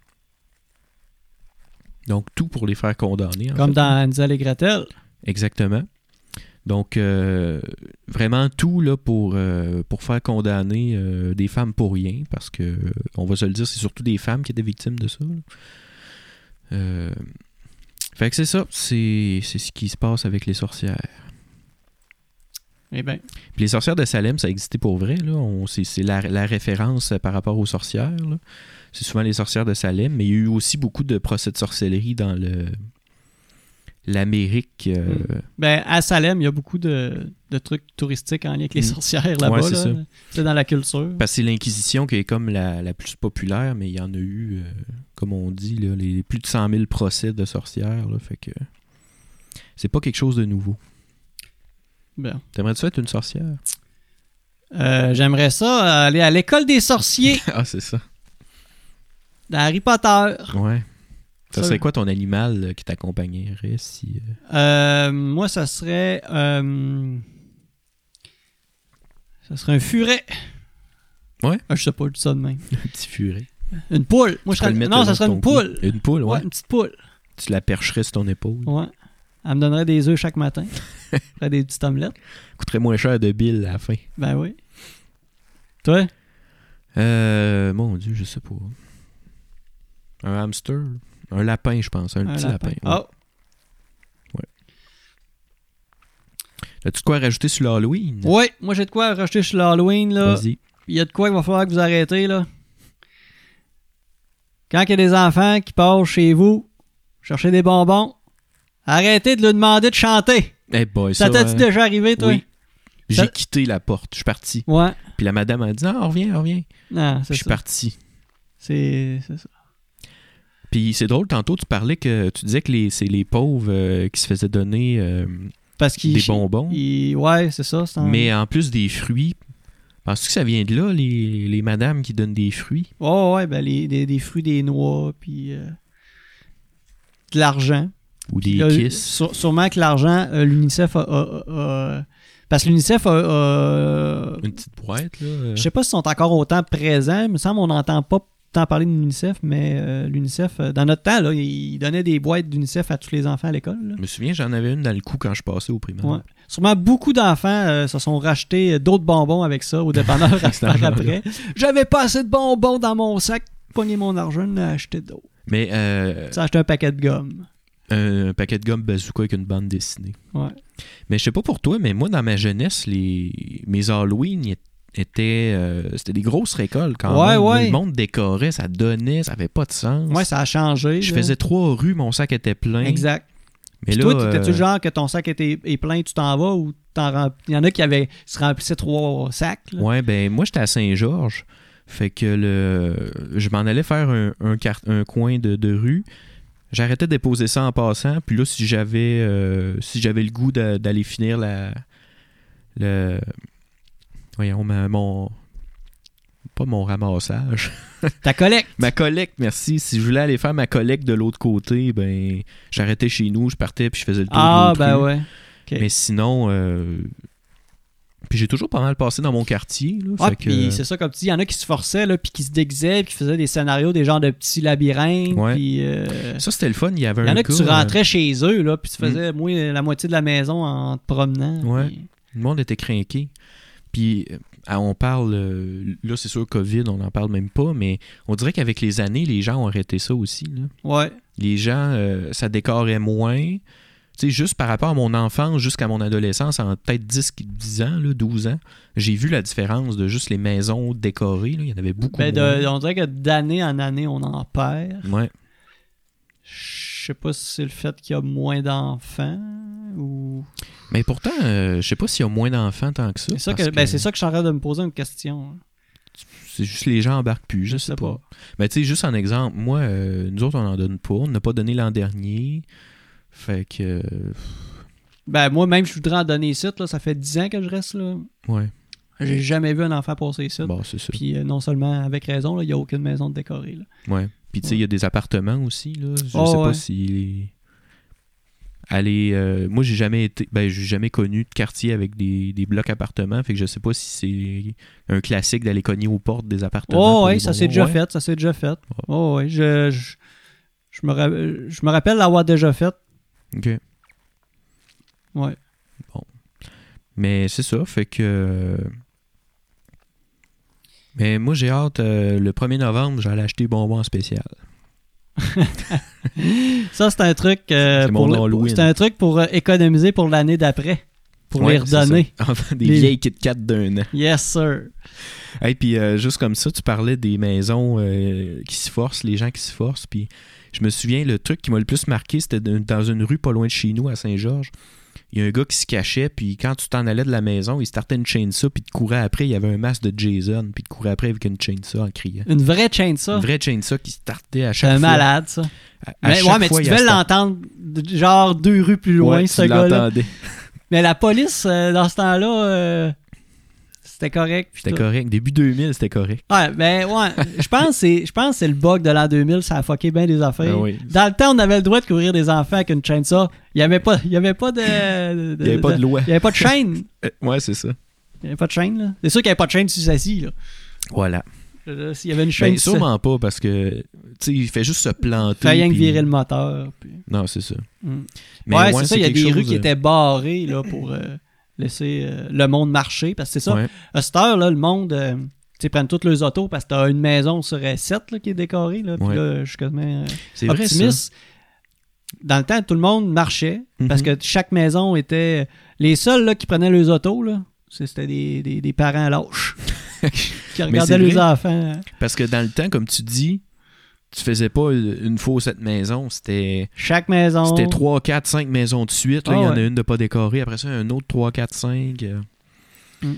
Donc, tout pour les faire condamner. En Comme fait. dans Hansel et Gretel. Exactement. Donc, euh, vraiment tout là, pour, euh, pour faire condamner euh, des femmes pour rien, parce que, euh, on va se le dire, c'est surtout des femmes qui étaient victimes de ça. Euh, fait que c'est ça, c'est, c'est ce qui se passe avec les sorcières. Eh bien. Puis les sorcières de Salem, ça existait pour vrai. Là. On, c'est c'est la, la référence par rapport aux sorcières. Là. C'est souvent les sorcières de Salem, mais il y a eu aussi beaucoup de procès de sorcellerie dans le... l'Amérique. Euh... Mm. Ben, à Salem, il y a beaucoup de, de trucs touristiques en lien avec les Mm. sorcières là-bas. Ouais, c'est là. ça. C'est dans la culture. Parce que c'est l'Inquisition qui est comme la, la plus populaire, mais il y en a eu, euh, comme on dit, là, les plus de cent mille procès de sorcières. Là, fait que c'est pas quelque chose de nouveau. Ben. T'aimerais-tu être une sorcière? Euh, j'aimerais ça aller à l'école des sorciers Ah, c'est ça. dans Harry Potter. Ouais. Ça Ça, serait quoi ton animal euh, qui t'accompagnerait si... euh, Euh, moi, ça serait... Euh, ça serait un furet. Ouais? Ah, je sais pas, je dis ça de même. un petit furet? Une poule. Moi, je Tu pourrais serais... le mettre Non, le ça long serait de une ton cou. poule. Une poule, ouais. Ouais, une petite poule. Tu la percherais sur ton épaule. Ouais. Elle me donnerait des œufs chaque matin. Elle ferait des petites omelettes. Coûterait moins cher de bill à la fin. Ben oui. Toi? Euh, mon Dieu, je sais pas. Un hamster? Un lapin, je pense. Un, Un petit lapin. lapin. ouais. Oh! As-tu de quoi rajouter sur l'Halloween? Oui, moi j'ai de quoi rajouter sur l'Halloween. Là. Vas-y. Il y a de quoi qu'il va falloir que vous arrêtez. Là. Quand il y a des enfants qui passent chez vous, chercher des bonbons, arrêtez de leur demander de chanter. Eh boy, Ça, ça, t'as-tu euh, déjà arrivé, toi? Oui. J'ai Ça- quitté la porte. Je suis parti. Ouais. Puis la madame a dit « Ah, reviens, reviens. » Non, Puis c'est je suis ça. parti. C'est, c'est ça. Puis c'est drôle, tantôt, tu parlais que... Tu disais que les, c'est les pauvres euh, qui se faisaient donner euh, Parce qu'ils, des bonbons. ils- ouais, c'est ça. C'est un... Mais en plus des fruits. Penses-tu que ça vient de là, les, les madames qui donnent des fruits? Ouais, ouais, ben les, des, des fruits, des noix, puis euh, de l'argent. Ou des Là, kisses? sû- sûrement que l'argent, euh, l'UNICEF a... a- a- a- parce que l'UNICEF a... a- Une petite boîte, là? euh. Je sais pas s'ils sont encore autant présents. Il me semble qu'on n'entend pas tant parler de l'UNICEF, mais euh, l'UNICEF, euh, dans notre temps, là, il donnait des boîtes d'UNICEF à tous les enfants à l'école. Là. Je me souviens, j'en avais une dans le cou quand je passais au primaire. Ouais. Sûrement beaucoup d'enfants euh, se sont rachetés d'autres bonbons avec ça au dépanneur à faire après. J'avais pas assez de bonbons dans mon sac. Pogné mon argent, j'en ai acheté d'autres. Mais euh, Tu as acheté un paquet de gomme. un, un paquet de gomme bazooka avec une bande dessinée. Ouais. Mais je sais pas pour toi, mais moi, dans ma jeunesse, les mes Halloween y étaient... euh, c'était des grosses récoltes quand Ouais, même. ouais. Le monde décorait, ça donnait, ça avait pas de sens. Ouais, ça a changé. Je là. faisais trois rues, mon sac était plein. Exact. Mais Puis là, toi, t'étais-tu euh, le genre que ton sac était, est plein, tu t'en vas ou t'en rem- il y en a qui avaient, se remplissaient trois sacs? Là. Ouais, ben moi, j'étais à Saint-Georges. Fait que le je m'en allais faire un, un, quart- un coin de, de rue. J'arrêtais de déposer ça en passant. Puis là, si j'avais euh, si j'avais le goût de- d'aller finir la... Le... Voyons, ma- mon... Pas mon ramassage. Ta collecte. Ma collecte, merci. Si je voulais aller faire ma collecte de l'autre côté, ben j'arrêtais chez nous, je partais puis je faisais le tour de Ah, l'autre ben rue. ouais. Ok. Mais sinon, euh, Puis j'ai toujours pas mal passé dans mon quartier. Là, Ah, fait puis que... c'est ça, comme tu dis, il y en a qui se forçaient, là, puis qui se déguisaient, puis qui faisaient des scénarios, des genres de petits labyrinthes. Ouais. Puis, euh, Ça, c'était le fun. Il y avait il y un en a que gars, tu rentrais euh, chez eux, là, puis tu faisais, moi, la moitié de la maison en te promenant. Ouais. Puis... Le monde était craqué. Puis euh, on parle, euh, là c'est sûr COVID, on n'en parle même pas, mais on dirait qu'avec les années, les gens ont arrêté ça aussi. Là. Ouais. Les gens, euh, ça décorait moins. Tu sais, juste par rapport à mon enfance jusqu'à mon adolescence, en peut-être dix, dix ans, là, douze ans, j'ai vu la différence de juste les maisons décorées. Là. Il y en avait beaucoup Ben, de- moins. on dirait que d'année en année, on en perd. Ouais. Je sais pas si c'est le fait qu'il y a moins d'enfants ou... Mais pourtant, euh, je sais pas s'il y a moins d'enfants tant que ça. C'est ça que, parce ben, c'est ça que je suis en train de me poser une question. C'est juste les gens embarquent plus, je, Je sais sais pas. pas. Mais tu sais, juste en exemple, moi, euh, nous autres, on n'en donne pas. On n'a pas donné l'an dernier. Fait que... euh, Ben, moi, même, je voudrais en donner ici, là. Ça fait dix ans que je reste là. ouais. J'ai jamais vu un enfant passer ici. Bon, c'est ça. Puis euh, non seulement avec raison, là, il n'y a aucune maison de décorée. Là. Ouais. Puis tu sais, il y a des appartements aussi, là. Je Oh, sais pas ouais. si... Aller, euh, moi, j'ai jamais été... Ben, j'ai jamais connu de quartier avec des, des blocs appartements. Fait que je sais pas si c'est un classique d'aller cogner aux portes des appartements. Oh, pour oui, les ça bonbons. s'est déjà Ouais. fait. Ça s'est déjà fait. Oh, oui. Je, je, je, me, ra- je me rappelle l'avoir déjà fait. OK. Ouais. Mais c'est ça, fait que... Mais moi, j'ai hâte, euh, le premier novembre, j'allais acheter des bonbons en spécial. Ça, c'est un truc euh, C'est pour mon le- Halloween. c'est un truc pour euh, économiser pour l'année d'après. Pour Ouais, les redonner. c'est ça. Des Les- vieilles Kit Kat d'un an. Yes, sir. Et puis, euh, juste comme ça, tu parlais des maisons euh, qui se forcent, les gens qui se forcent. Puis, je me souviens, le truc qui m'a le plus marqué, c'était de- dans une rue pas loin de chez nous, à Saint-Georges. Il y a un gars qui se cachait, puis quand tu t'en allais de la maison, il startait une chainsaw, puis te courait après. Il y avait un masque de Jason, puis te courait après avec une chainsaw en criant. Une vraie chaîne, ça. Une vraie chainsaw qui startait à C'est chaque un fois. malade, ça. À, à Mais, chaque ouais, mais fois, tu il devais start- l'entendre d- genre deux rues plus loin, Ouais, ce tu gars-là. l'entendais. Mais la police, euh, dans ce temps-là, euh, c'était correct. puis C'était tout. correct. Début deux mille, c'était correct. Ouais, ben ouais. Je pense que c'est je pense que c'est le bug de l'an deux mille, ça a fucké bien des affaires. Ben oui. Dans le temps, on avait le droit de courir des enfants avec une chainsaw. Il n'y avait pas il y avait pas de, de- Il n'y avait pas de loi. Il y avait pas de chaîne. Euh, Ouais, c'est ça. Il n'y avait pas de chaîne, là. C'est sûr qu'il n'y avait pas de chaîne sur s'assis, là. Voilà. Là, s'il y avait une chaîne Ben, sur sûrement pas, parce que, tu sais, il fait juste se planter. fait rien que puis- virer le moteur. Puis... Non, c'est ça. Mm. Mais ouais, c'est ça, il y a quelque des rues chose, qui euh, étaient barrées, là, pour euh, laisser euh, le monde marcher. Parce que c'est ça. ouais. À cette heure, là, le monde, euh, tu sais, prennent toutes leurs autos parce que t'as une maison sur sept là, qui est décorée. Là, puis Ouais. là, je suis quasiment euh, C'est vrai, ça. optimiste. Dans le temps, tout le monde marchait parce Mhm. que chaque maison était... Les seuls là, qui prenaient leurs autos, là, c'était des, des, des parents lâches qui regardaient c'est leurs vrai. enfants. Parce que dans le temps, comme tu dis, tu faisais pas une fois cette maison. C'était Chaque maison... c'était trois, quatre, cinq maisons de suite. Là, Ah il y en ouais. a une de pas décorée. Après ça, un autre trois, quatre, cinq. euh. Mm.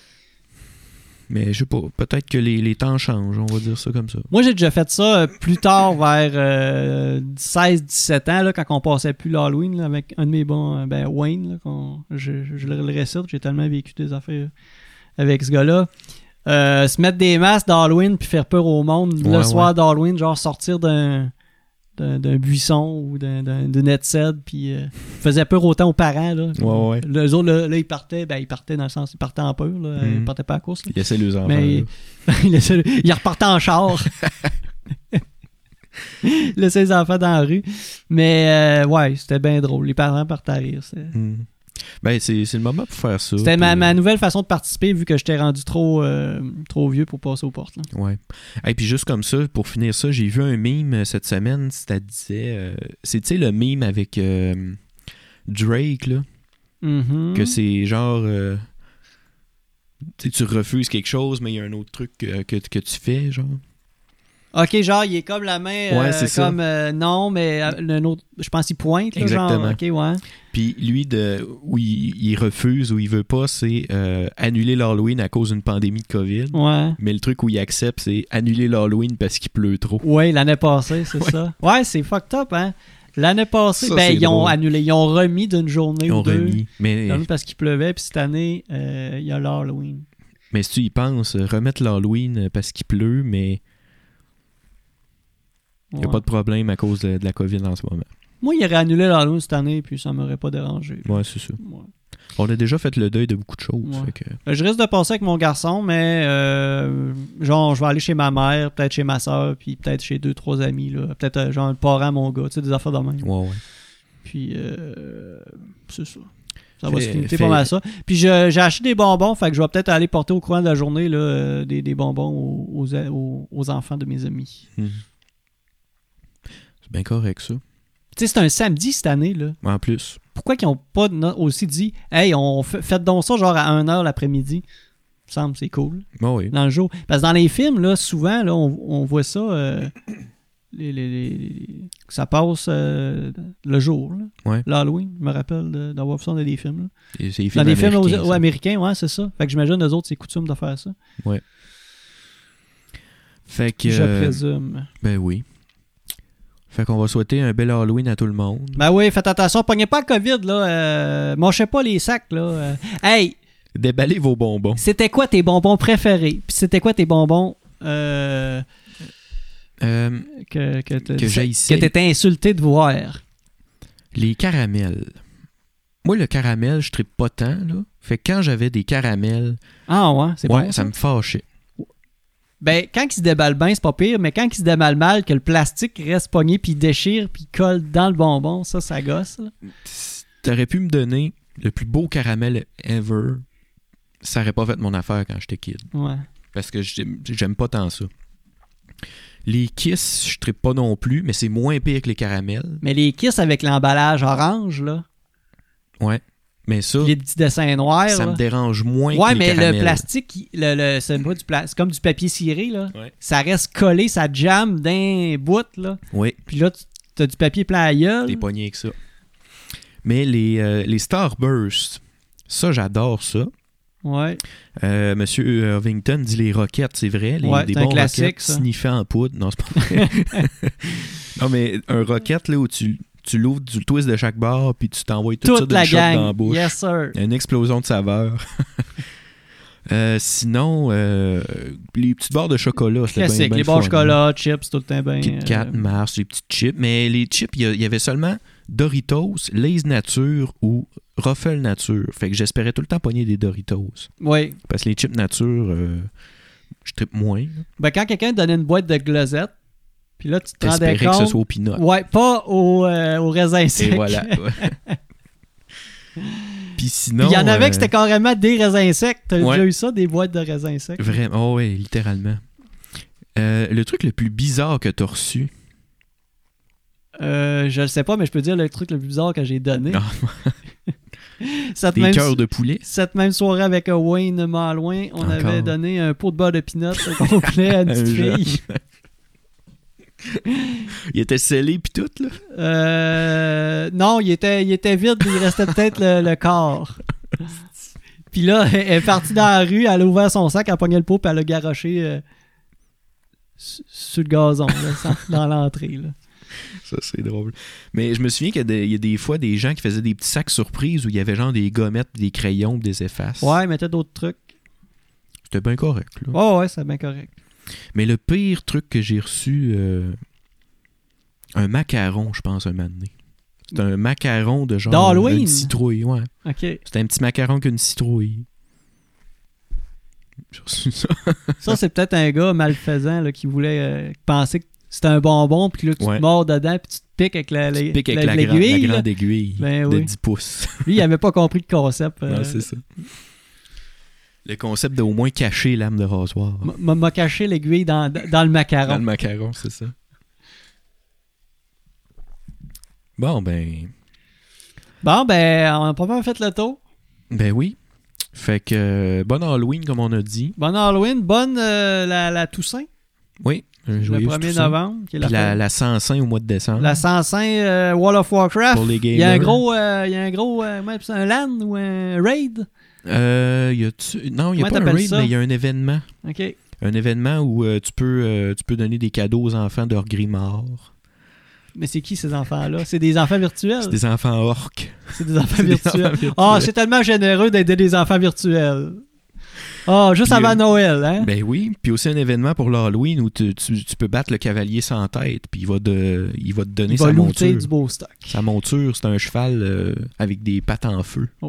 Mais je sais pas. Peut-être que les, les temps changent. On va dire ça comme ça. Moi, j'ai déjà fait ça euh, plus tard, vers euh, seize dix-sept ans, là, quand on passait plus l'Halloween, là, avec un de mes bons, euh, ben Wayne, là, qu'on- je, je, je le récite, j'ai tellement vécu des affaires avec ce gars-là. Euh, se mettre des masques d'Halloween puis faire peur au monde Ouais, le soir ouais. d'Halloween, genre sortir d'un d'un, d'un buisson ou d'un, d'un, d'une headset, puis euh, faisait peur autant aux parents. Là. Ouais, ouais. Les autres, là, là, ils partaient, ben, ils partaient dans le sens, ils partaient en peur, là, Mhm. ils partaient pas à la course. Là. Il essaie les enfants. Mais là. il, laissait- il repartait en char. Il laissait les enfants dans la rue. Mais euh, ouais, c'était bien drôle. Les parents partaient à rire. C'était, Mm. Ben, c'est c'est le moment pour faire ça. c'était ma, puis- ma nouvelle façon de participer vu que j'étais rendu trop, euh, trop vieux pour passer aux portes. Là. Ouais. Et puis juste comme ça, pour finir ça, j'ai vu un meme euh, cette semaine, ça disait... euh, c'est, tu sais, le meme avec euh, Drake, là, Mhm. que c'est genre... euh, tu sais, tu refuses quelque chose, mais il y a un autre truc que, que, que tu fais, genre. Ok, genre, il est comme la main, Ouais, euh, c'est ça. comme euh, non, mais euh, un autre, je pense qu'il pointe. Là, Exactement. Genre, ok, ouais. Puis lui, de, où il, il refuse, où il veut pas, c'est euh, annuler l'Halloween à cause d'une pandémie de COVID. Ouais. Mais le truc où il accepte, c'est annuler l'Halloween parce qu'il pleut trop. Ouais, l'année passée, c'est Ouais. ça. Ouais, c'est fucked up, hein. L'année passée, Ça, ben, c'est ils ont drôle. annulé. Ils ont remis d'une journée Ils ont ou deux. remis. Mais, Ils ont remis parce qu'il pleuvait, puis cette année, euh, il y a l'Halloween. mais si tu y penses, remettre l'Halloween parce qu'il pleut, mais il n'y a Ouais. pas de problème à cause de, de la COVID en ce moment. Moi, il aurait annulé l'Halloween cette année, puis ça m'aurait pas dérangé. Ouais, c'est ça. Ouais. On a déjà fait le deuil de beaucoup de choses. Ouais. Fait que... Je risque de passer avec mon garçon, mais euh, genre, je vais aller chez ma mère, peut-être chez ma soeur, puis peut-être chez deux, trois amis. Là. Peut-être euh, genre le parent à mon gars, tu sais, des affaires de même. Ouais, ouais. Puis, euh, c'est ça. Ça va Fait- se limiter fait- pas mal à ça. Puis, je- j'ai acheté des bonbons, fait que je vais peut-être aller porter au courant de la journée là, euh, des, des bonbons aux, aux, aux- aux enfants de mes amis. Mhm. C'est bien correct, ça. Tu sais, c'est un samedi cette année, là. En plus. Pourquoi qu'ils n'ont pas no- aussi dit « Hey, on fait, faites donc ça genre à une heure l'après-midi. » Il me semble c'est cool. Bon, oui. Dans le jour. Parce que dans les films, là, souvent, là, on, on voit ça. euh, les, les- les- les- ça passe euh, le jour. Là. Ouais. L'Halloween, je me rappelle de- d'avoir vu ça dans des films. Là. Et c'est les Dans films des films aux- américains, aux ça. américains, ouais, c'est ça. Fait que j'imagine eux autres, c'est coutume de faire ça. Fait que... Je euh, présume. Ben oui. Fait qu'on va souhaiter un bel Halloween à tout le monde. Ben oui, faites attention, pognez pas le COVID, là. Euh, mâchez pas les sacs, là. Euh, hey, Déballez vos bonbons. c'était quoi tes bonbons préférés? Puis c'était quoi tes bonbons euh, Euh, que, que, te- Que j'haïssais. que t'étais insulté de voir? les caramels. Moi, le caramel, je trippe pas tant, là. Fait que quand j'avais des caramels, Ah ouais, c'est ouais, bon, ça me fâchait. Ben, quand il se déballe bien, c'est pas pire, mais quand il se déballe mal, que le plastique reste pogné, puis il déchire, puis il colle dans le bonbon, ça, ça gosse. Là. T'aurais pu me donner le plus beau caramel ever. Ça aurait pas fait mon affaire quand j'étais kid. Ouais. Parce que j'aime j'aime pas tant ça. Les Kiss, je trippe pas non plus, mais c'est moins pire que les caramels. Mais les Kiss avec l'emballage orange, là, Ouais. Mais ça, les petits dessins noirs, ça là. me dérange moins Ouais, que les mais caramels. le plastique, il- le, le- c'est pas du pla- c'est comme du papier ciré, là. Ouais. Ça reste collé, ça jamme d'un bout, là. Oui, Puis là, tu as du papier plein à gueule. t'es pogné avec ça. Mais les, euh, les Starburst, ça, j'adore ça. Ouais. Euh, Monsieur Irvington dit les roquettes, c'est vrai. Les, Ouais, des c'est un bons classique, roquettes ça. sniffés en poudre. Non, c'est pas vrai. Non, mais un roquette, là, où tu, tu l'ouvres, tu le twists de chaque barre, puis tu t'envoies tout ça Toute d'une la shot dans la gang. bouche. Yes, sir. Une explosion de saveur. Euh, sinon, euh, les petites barres de chocolat, c'était bien, Classique. bien Les le barres fun. chocolat, chips, tout le temps bien. Kit Kat, euh, Mars, les petites chips. Mais les chips, il y, a- il y avait seulement Doritos, Lay's Nature ou Ruffles Nature. Fait que j'espérais tout le temps pogner des Doritos. Oui. Parce que les chips nature, euh, je trippe moins. là. Ben, quand quelqu'un te donnait une boîte de glosettes, puis là, tu te rendais T'espérais que compte... ce soit au peanut. Ouais, pas au, euh, au raisin sec. Et voilà. Puis sinon... Puis il y en avait euh, que c'était carrément des raisins secs. T'as Ouais. déjà eu ça, des boîtes de raisins secs? Vraiment, oh ouais, littéralement. Euh, le truc le plus bizarre que t'as reçu... Euh, je le sais pas, mais je peux dire le truc le plus bizarre que j'ai donné. Non. Cette Des même, cœurs de poulet. cette même soirée avec euh, Wayne Malouin, on Encore. avait donné un pot de beurre de peanut au complet à une Un petite jeune. fille. Il était scellé pis tout, là. Euh, non, il était, il était vide, il restait peut-être le, le corps. Puis là, elle est partie dans la rue, elle a ouvert son sac, elle a pogné le pot, puis elle a garoché euh, su- sur le gazon, là, sans- dans l'entrée. Là. Ça, c'est drôle. Mais je me souviens qu'il y a des, il y a des fois des gens qui faisaient des petits sacs surprises où il y avait genre des gommettes, pis des crayons, pis des effaces. Ouais, mais peut-être d'autres trucs. C'était bien correct, là. Oh, ouais, c'est bien correct. Mais le pire truc que j'ai reçu, euh, un macaron, je pense, un moment donné. C'était un macaron de genre... D'Halloween? Une citrouille, ouais. OK. C'était un petit macaron qu'une citrouille. J'ai reçu ça. Ça, c'est peut-être un gars malfaisant là, qui voulait euh, penser que c'était un bonbon, puis là, tu Ouais. te mords dedans, puis tu te piques avec la, la, Tu piques avec la- la, grande- l'aiguille. la là. grande aiguille Ben de oui. dix pouces. Lui, il avait pas compris le concept. euh, Non, c'est ça. Le concept de au moins cacher l'âme de rasoir. m'a- m'a caché l'aiguille dans, dans le macaron. Dans le macaron, c'est ça. Bon, ben... Bon, ben, on a pas mal fait le tour. Ben oui. Fait que, euh, bon Halloween, comme on a dit. Bonne Halloween, bonne euh, la, la Toussaint, Oui, un le joyeux premier Toussaint. novembre. Qui est Puis la, la, fête. la Sansin au mois de décembre. La Sansain euh, World of Warcraft. Pour les Il y a un gamers. gros, euh, il y a un gros, euh, ouais, c'est un LAN ou un raid. Euh, y a-tu... Non, il n'y a Comment pas un t'appelles raid, ça? mais il y a un événement. OK. Un événement où euh, tu, peux, euh, tu peux donner des cadeaux aux enfants de leur grimoire. Mais c'est qui ces enfants-là? C'est des enfants virtuels? C'est des enfants orques. C'est des enfants C'est des virtuels. enfants virtuels. Ah, c'est tellement généreux d'aider des enfants virtuels. Ah, juste Puis, avant euh, Noël, hein? Ben oui. Puis aussi un événement pour l'Halloween où tu, tu, tu peux battre le cavalier sans tête. Puis il va, de, il va te donner Il sa va monture. looter du beau stock. Sa monture, c'est un cheval euh, avec des pattes en feu.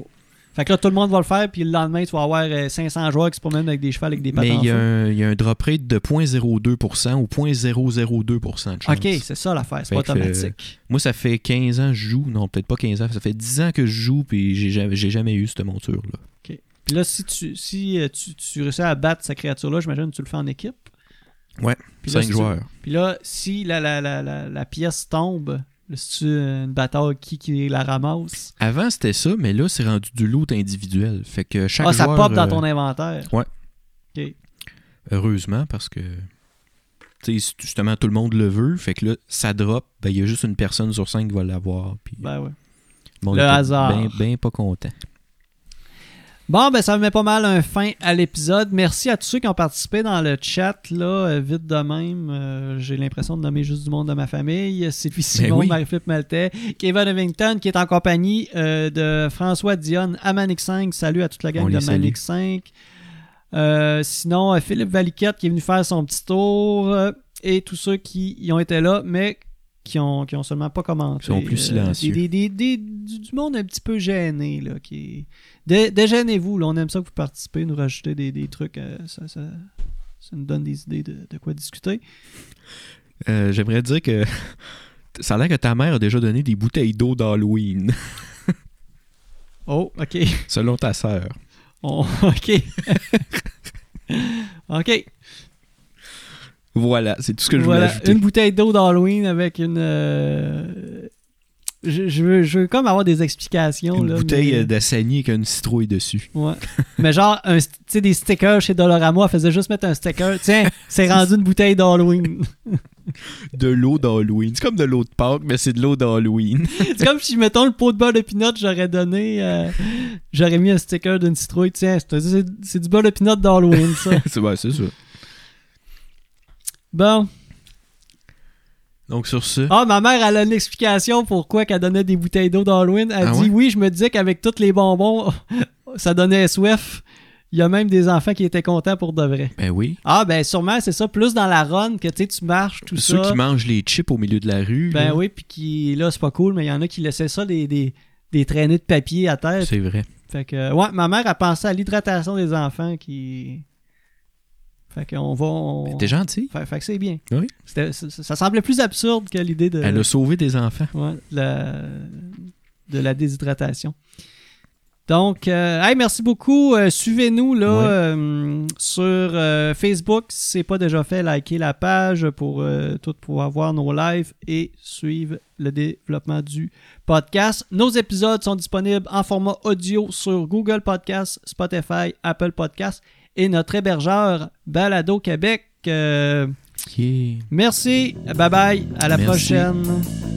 Fait que là, tout le monde va le faire, puis le lendemain, tu vas avoir euh, cinq cents joueurs qui se promènent avec des chevaux avec des pattes Mais en il y, a feu. un- il y a un drop rate de zéro virgule zéro deux pour cent ou zéro virgule zéro zéro deux pour cent de chance. OK, c'est ça l'affaire, c'est Fait pas que, automatique. Moi, ça fait quinze ans que je joue. Non, peut-être pas quinze ans. Ça fait dix ans que je joue, puis j'ai jamais, j'ai jamais eu cette monture-là. Puis là, si tu si euh, tu, tu réussis à battre cette créature-là, j'imagine que tu le fais en équipe. Ouais, Puis là, cinq si tu- joueurs. Puis là, si la, la, la, la, la pièce tombe, là, si tu une bataille, qui, qui la ramasse? Avant, c'était ça, mais là, c'est rendu du loot individuel. Fait que chaque Ah, ça joueur... pop dans euh, ton inventaire. ouais. OK. Heureusement, parce que... Tu sais, justement, tout le monde le veut. Fait que là, ça drop. Ben, il y a juste une personne sur cinq qui va l'avoir. Puis, Ben ouais. bon, le on est hasard. Ben, ben pas content. Bon, ben ça me met pas mal un fin à l'épisode. Merci à tous ceux qui ont participé dans le chat, là, euh, vite de même. Euh, j'ai l'impression de nommer juste du monde de ma famille. Sylvie Simon, oui. Marie-Philippe Maltais, Kevin Evington, qui est en compagnie euh, de François Dionne à Manix cinq. Salut à toute la gang On de les salue. Manix cinq. Euh, sinon, euh, Philippe Valiquette qui est venu faire son petit tour. euh, et tous ceux qui y ont été là, mais qui ont, qui ont seulement pas commenté. Ils sont plus silencieux. Des, des, des, des- du, du monde un petit peu gêné, là, qui est... Dé- Dégênez-vous, là, on aime ça que vous participez, nous rajouter des, des trucs, euh, ça, ça, ça nous donne des idées de, de quoi discuter. Euh, J'aimerais dire que... Ça a l'air que ta mère a déjà donné des bouteilles d'eau d'Halloween, Oh, ok. selon ta sœur. On- ok. ok. Voilà, c'est tout ce que je Voilà, voulais ajouter. une bouteille d'eau d'Halloween avec une... euh, Je, je, veux, je veux comme avoir des explications. Une là, bouteille mais- euh, d'Assani avec une citrouille dessus. Ouais. Mais genre, un, st- tu sais, des stickers chez Dollarama, elle faisait juste mettre un sticker. Tiens, c'est rendu une bouteille d'Halloween. De l'eau d'Halloween. C'est comme de l'eau de Pâques, mais c'est de l'eau d'Halloween. C'est comme si, mettons, le pot de beurre de pinot, j'aurais donné. euh, j'aurais mis un sticker d'une citrouille. Tiens, c'est, c'est, c'est du beurre de pinot d'Halloween, ça. c'est ouais, c'est ça. Bon. Donc sur ce, Ah, ma mère, elle a une explication pourquoi qu'elle donnait des bouteilles d'eau d'Halloween. Elle Ah dit ouais? oui, je me disais qu'avec tous les bonbons, ça donnait soif. Il y a même des enfants qui étaient contents pour de vrai. ben oui. Ah, ben sûrement, c'est ça. Plus dans la run que tu sais, tu marches, tout Ceux ça. qui mangent les chips au milieu de la rue. Ben là, oui, puis qui, là, c'est pas cool, mais il y en a qui laissaient ça, des, des, des traînées de papier à terre. c'est vrai. Fait que, ouais, ma mère a pensé à l'hydratation des enfants qui. Fait qu'on va. on- T'es gentil. Fait, fait que c'est bien. Oui. C'était- ça, ça semblait plus absurde que l'idée de. Elle a sauvé des enfants. Ouais, de la, de la déshydratation. Donc, euh, hey, merci beaucoup. Euh, suivez-nous là Ouais. euh, sur euh, Facebook. Si ce n'est pas déjà fait, likez la page pour euh, tout pouvoir voir nos lives et suivre le développement du podcast. Nos épisodes sont disponibles en format audio sur Google Podcasts, Spotify, Apple Podcasts et notre hébergeur Balado Québec. Euh, Yeah. merci. Bye bye. À la Merci. prochaine.